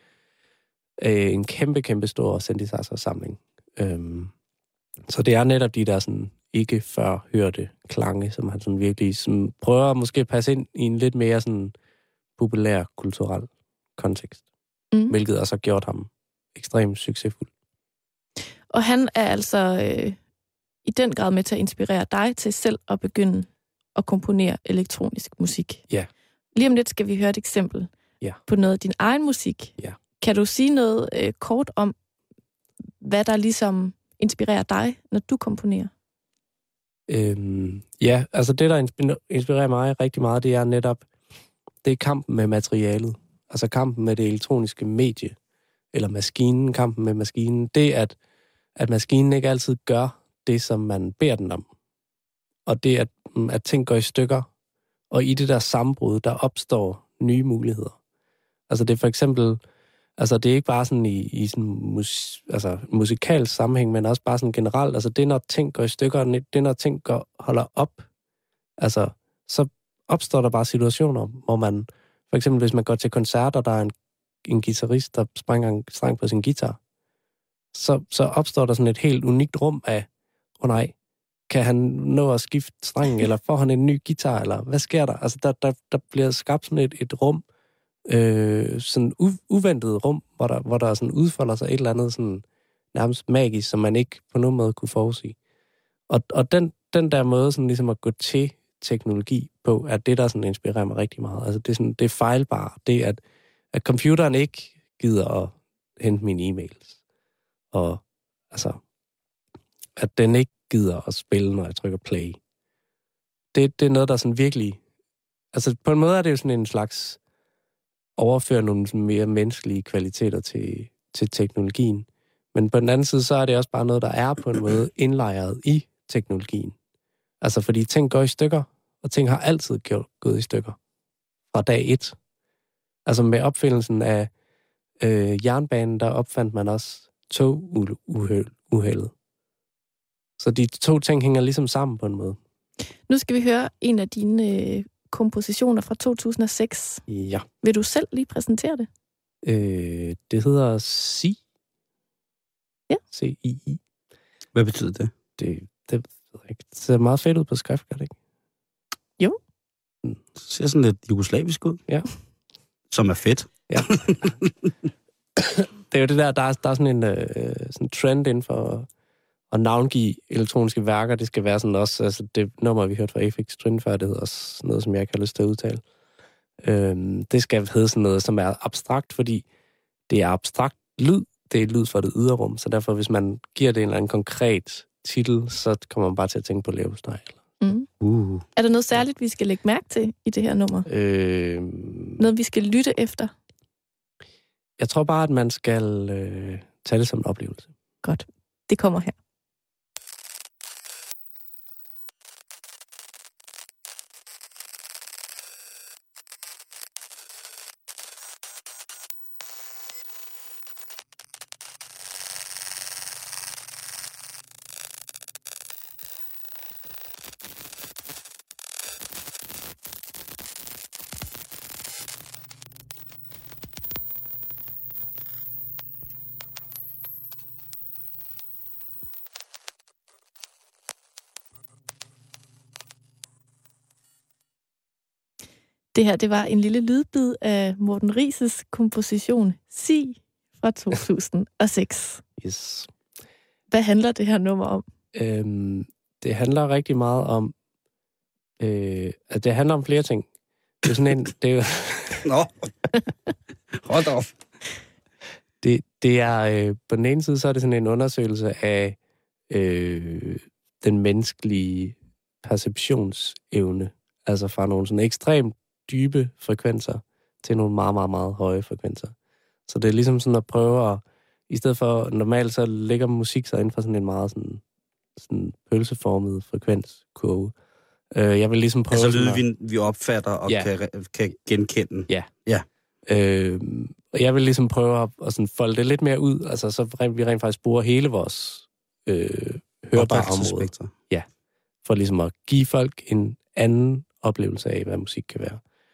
øh, en kæmpe, kæmpe stor synthesizer-samling. Øhm, så det er netop de der sådan ikke før hørte klange, som han sådan virkelig som prøver at måske passe ind i en lidt mere sådan populær kulturel kontekst. Mm. Hvilket også har gjort ham ekstremt succesfuld. Og han er altså øh, i den grad med til at inspirere dig til selv at begynde at komponere elektronisk musik. Ja. Lige om lidt skal vi høre et eksempel ja. på noget af din egen musik. Ja. Kan du sige noget øh, kort om, hvad der ligesom inspirerer dig, når du komponerer? Øhm, ja, altså det, der inspirerer mig rigtig meget, det er netop, det er kampen med materialet. Altså kampen med det elektroniske medie, eller maskinen, kampen med maskinen. Det, at, at maskinen ikke altid gør det, som man beder den om. Og det, at, at ting går i stykker. Og i det der sammenbrud, der opstår nye muligheder. Altså det er for eksempel, altså det er ikke bare sådan i, i sådan mus, altså musikalsk sammenhæng, men også bare sådan generelt. Altså det, når ting går i stykker, det, når ting går, holder op. Altså, så opstår der bare situationer, hvor man, for eksempel hvis man går til koncerter, der er en, en guitarist, der springer en streng på sin guitar, så, så opstår der sådan et helt unikt rum af, åh oh nej, kan han nå at skifte strengen, eller får han en ny guitar, eller hvad sker der? Altså, der, der, der bliver skabt sådan et, et rum, øh, sådan u- uventet rum, hvor der, hvor der sådan udfolder sig et eller andet sådan nærmest magisk, som man ikke på nogen måde kunne forudsige. Og, og den, den der måde sådan ligesom at gå til teknologi på, er det, der sådan inspirerer mig rigtig meget. Altså, det er, sådan, det er fejlbart. Det er, at, at computeren ikke gider at hente mine e-mails. Og altså, at den ikke gider at spille, når jeg trykker play. Det, det er noget, der sådan virkelig... Altså, på en måde er det jo sådan en slags overføre nogle mere menneskelige kvaliteter til, til teknologien. Men på den anden side, så er det også bare noget, der er på en måde indlejret i teknologien. Altså, fordi ting går i stykker, og ting har altid gjort, gået i stykker. Fra dag et. Altså, med opfindelsen af øh, jernbanen, der opfandt man også toguheldet. Så de to ting hænger ligesom sammen på en måde. Nu skal vi høre en af dine øh, kompositioner fra to tusind og seks. Ja. Vil du selv lige præsentere det? Øh, det hedder Si. Ja. C I I. Hvad betyder det? Det, det ved jeg ikke. Det ser meget fedt ud på skrift, gør det ikke? Jo. Det ser sådan lidt jugoslavisk ud. Ja. Som er fedt. Ja. Det er jo det der, der er, der er sådan en øh, sådan trend inden for at navngive elektroniske værker. Det skal være sådan også, altså det nummer, vi hørte fra Aphex Twin før, det hedder også noget, som jeg ikke har lyst til at udtale. Øhm, det skal hedde sådan noget, som er abstrakt, fordi det er abstrakt lyd. Det er lyd fra det yderrum, så derfor, hvis man giver det en eller anden konkret titel, så kommer man bare til at tænke på Leverpostej. Mm. Uh. Er der noget særligt, vi skal lægge mærke til i det her nummer? Øh, noget, vi skal lytte efter? Jeg tror bare, at man skal øh, tage det som en oplevelse. Godt. Det kommer her. Det her, det var en lille lydbid af Morten Rises komposition Si fra to tusind og seks. Yes. Hvad handler det her nummer om? Øhm, det handler rigtig meget om... Øh, altså det handler om flere ting. Det er sådan en... Det er jo, Nå, hold op. det, det er... Øh, på den ene side, så er det sådan en undersøgelse af øh, den menneskelige perceptionsevne. Altså fra nogle sådan ekstremt dybe frekvenser til nogle meget, meget, meget høje frekvenser. Så det er ligesom sådan at prøve at, i stedet for normalt, så ligger musik så inden for sådan en meget sådan, sådan pølseformet frekvenskurve. Øh, jeg vil ligesom prøve... Altså lyd, at, vi, vi opfatter og ja. kan, kan genkende. Ja. Ja. Øh, og jeg vil ligesom prøve at, at sådan folde det lidt mere ud, altså så vi rent faktisk bruger hele vores øh, hørbare område. Ja. For ligesom at give folk en anden oplevelse af, hvad musik kan være.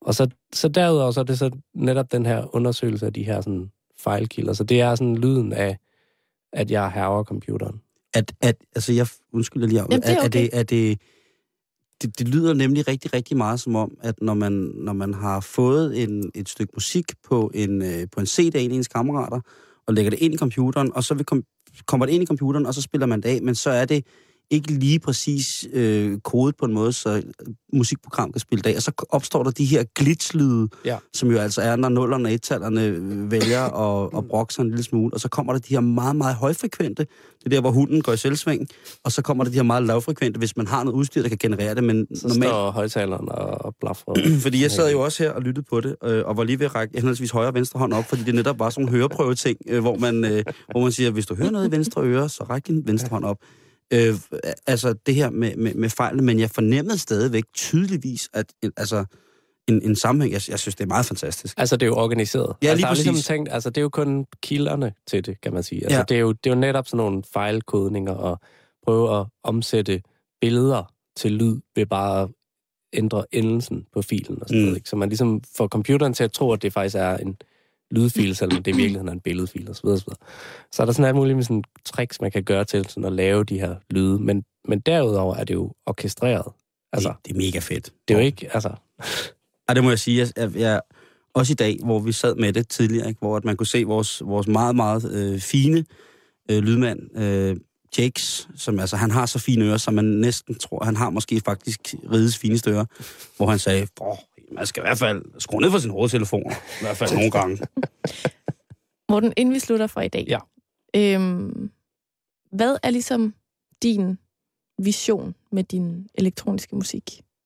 Og så, så derudover, så er det så netop den her undersøgelse af de her sådan fejlkilder. Så det er sådan lyden af, at jeg hærger computeren. At, at, altså, jeg undskylder lige om, Jamen, det er okay. er, er det, er det, det, det lyder nemlig rigtig, rigtig meget som om, at når man, når man har fået en, et stykke musik på en, øh, på en C D af en af ens kammerater, og lægger det ind i computeren, og så vil kom, kommer det ind i computeren, og så spiller man det af, men så er det ikke lige præcis øh, kodet på en måde, så musikprogram kan spille det af. Og så opstår der de her glitchlyde, ja. Som jo altså er, når nullerne og et-tallerne vælger at, at brokke sig en lille smule. Og så kommer der de her meget, meget højfrekvente. Det er der, hvor hunden går i selvsving. Og så kommer der de her meget lavfrekvente, hvis man har noget udstyr, der kan generere det. Men så normalt... står højtaleren og blaffer. Fordi jeg sad jo også her og lyttede på det, øh, og var lige ved at række henholdsvis højre og venstre hånd op, fordi det netop var sådan nogle høreprøveting, øh, hvor, man, øh, hvor man siger, hvis du hører noget i venstre øre, så ræk din venstre hånd op. Øh, altså det her med, med, med fejl, men jeg fornemmede stadigvæk tydeligvis, at altså, en, en sammenhæng, jeg, jeg synes, det er meget fantastisk. Altså det er jo organiseret. Ja, altså, lige der er præcis. ligesom tænkt, altså det er jo kun kilderne til det, kan man sige. Altså ja. det, er jo, det er jo netop sådan nogle fejlkodninger og prøve at omsætte billeder til lyd ved bare at ændre endelsen på filen og sådan mm. noget, ikke? Så man ligesom får computeren til at tro, at det faktisk er en lydfil, selvom det i virkeligheden er en billedfil og så videre, så videre. Så er der sådan alt muligt med sådan tricks, man kan gøre til sådan at lave de her lyde, men, men derudover er det jo orkestreret. Altså, det, det er mega fedt. Det er jo ikke, altså... Ja, det må jeg sige. Jeg, jeg, også i dag, hvor vi sad med det tidligere, ikke, hvor at man kunne se vores, vores meget, meget øh, fine øh, lydmand, øh, Jakes, som altså, han har så fine ører, som man næsten tror, han har måske faktisk rigets fineste ører, hvor han sagde, åh, man skal i hvert fald skrue ned for sin hovedtelefon, i hvert fald nogle gange. Morten, inden vi slutter for i dag, ja. øhm, hvad er ligesom din vision med din elektroniske musik?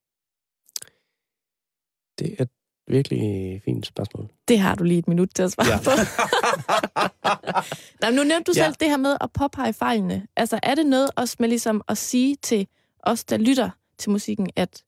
Det er et virkelig fint spørgsmål. Det har du lige et minut til at svare ja. på. Nå, nu nævnte du ja. selv det her med at påpege fejlene. Altså, er det noget også med ligesom at sige til os, der lytter til musikken, at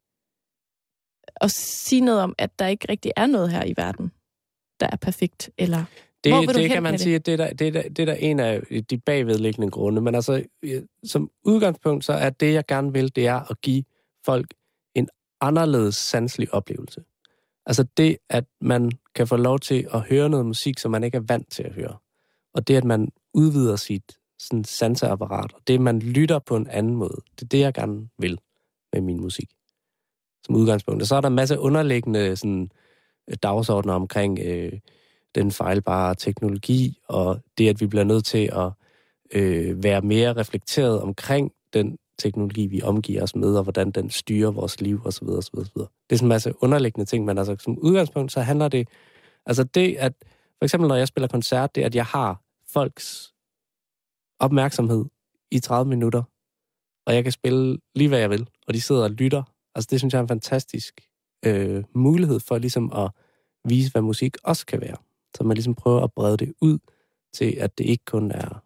at sige noget om, at der ikke rigtig er noget her i verden, der er perfekt, eller det, hvor vil du det kan man det? sige, at det er, der, det, er der, det er der en af de bagvedliggende grunde, men altså, som udgangspunkt, så er det, jeg gerne vil, det er at give folk en anderledes sanselig oplevelse. Altså det, at man kan få lov til at høre noget musik, som man ikke er vant til at høre. Og det, at man udvider sit sådan, sanseapparat, og det, man lytter på en anden måde, det er det, jeg gerne vil med min musik. Som udgangspunkt. Og så er der en masse underliggende sådan, dagsordner omkring øh, den fejlbare teknologi, og det, at vi bliver nødt til at øh, være mere reflekteret omkring den teknologi, vi omgiver os med, og hvordan den styrer vores liv, osv. osv., osv. Det er sådan en masse underliggende ting, men altså som udgangspunkt, så handler det, altså det, at for eksempel, når jeg spiller koncert, det er, at jeg har folks opmærksomhed i tredive minutter, og jeg kan spille lige, hvad jeg vil, og de sidder og lytter. Altså det synes jeg er en fantastisk øh, mulighed for ligesom at vise, hvad musik også kan være. Så man ligesom prøver at brede det ud til, at det ikke kun er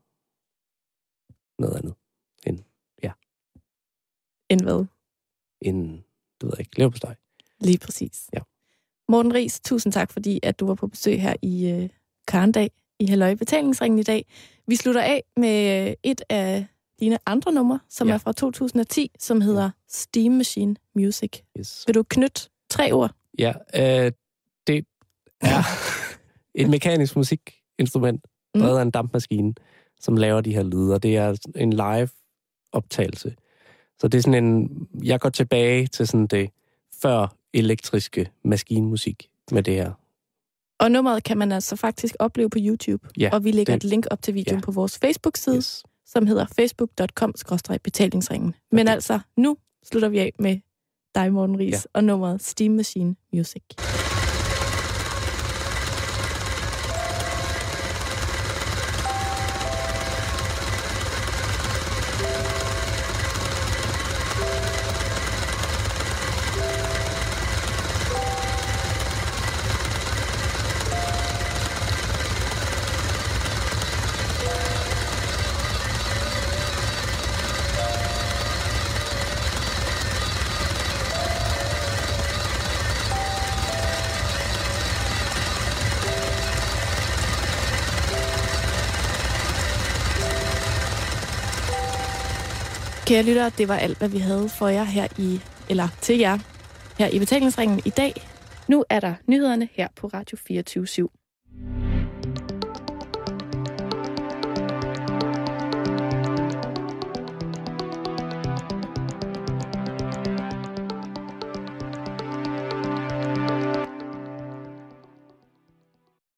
noget andet end, ja. End hvad? End, det ved jeg ikke, leverpostej. Lige præcis. Ja. Morten Riis, tusind tak, fordi at du var på besøg her i øh, Karndag i Halløj Betalingsringen i dag. Vi slutter af med øh, et af dine andre numre, som ja. er fra to tusind og ti, som hedder Steam Machine Music. Yes. Vil du knytte tre ord? Ja, øh, det er et mekanisk musikinstrument, drevet af en dampmaskine, som laver de her lyde, og det er en live optagelse. Så det er sådan en, jeg går tilbage til sådan det før elektriske maskinmusik med det her. Og nummeret kan man altså faktisk opleve på YouTube, ja, og vi lægger det, et link op til videoen ja. på vores Facebook-side, yes. som hedder facebook punktum com skråstreg betalingsringen. Men okay. altså, nu slutter vi af med dig, Morten Riis, ja. og nummeret Steam Machine Music. Kære lyttere, det var alt, hvad vi havde for jer her i, eller til jer, her i Betalingsringen i dag. Nu er der nyhederne her på Radio fireogtyve syv.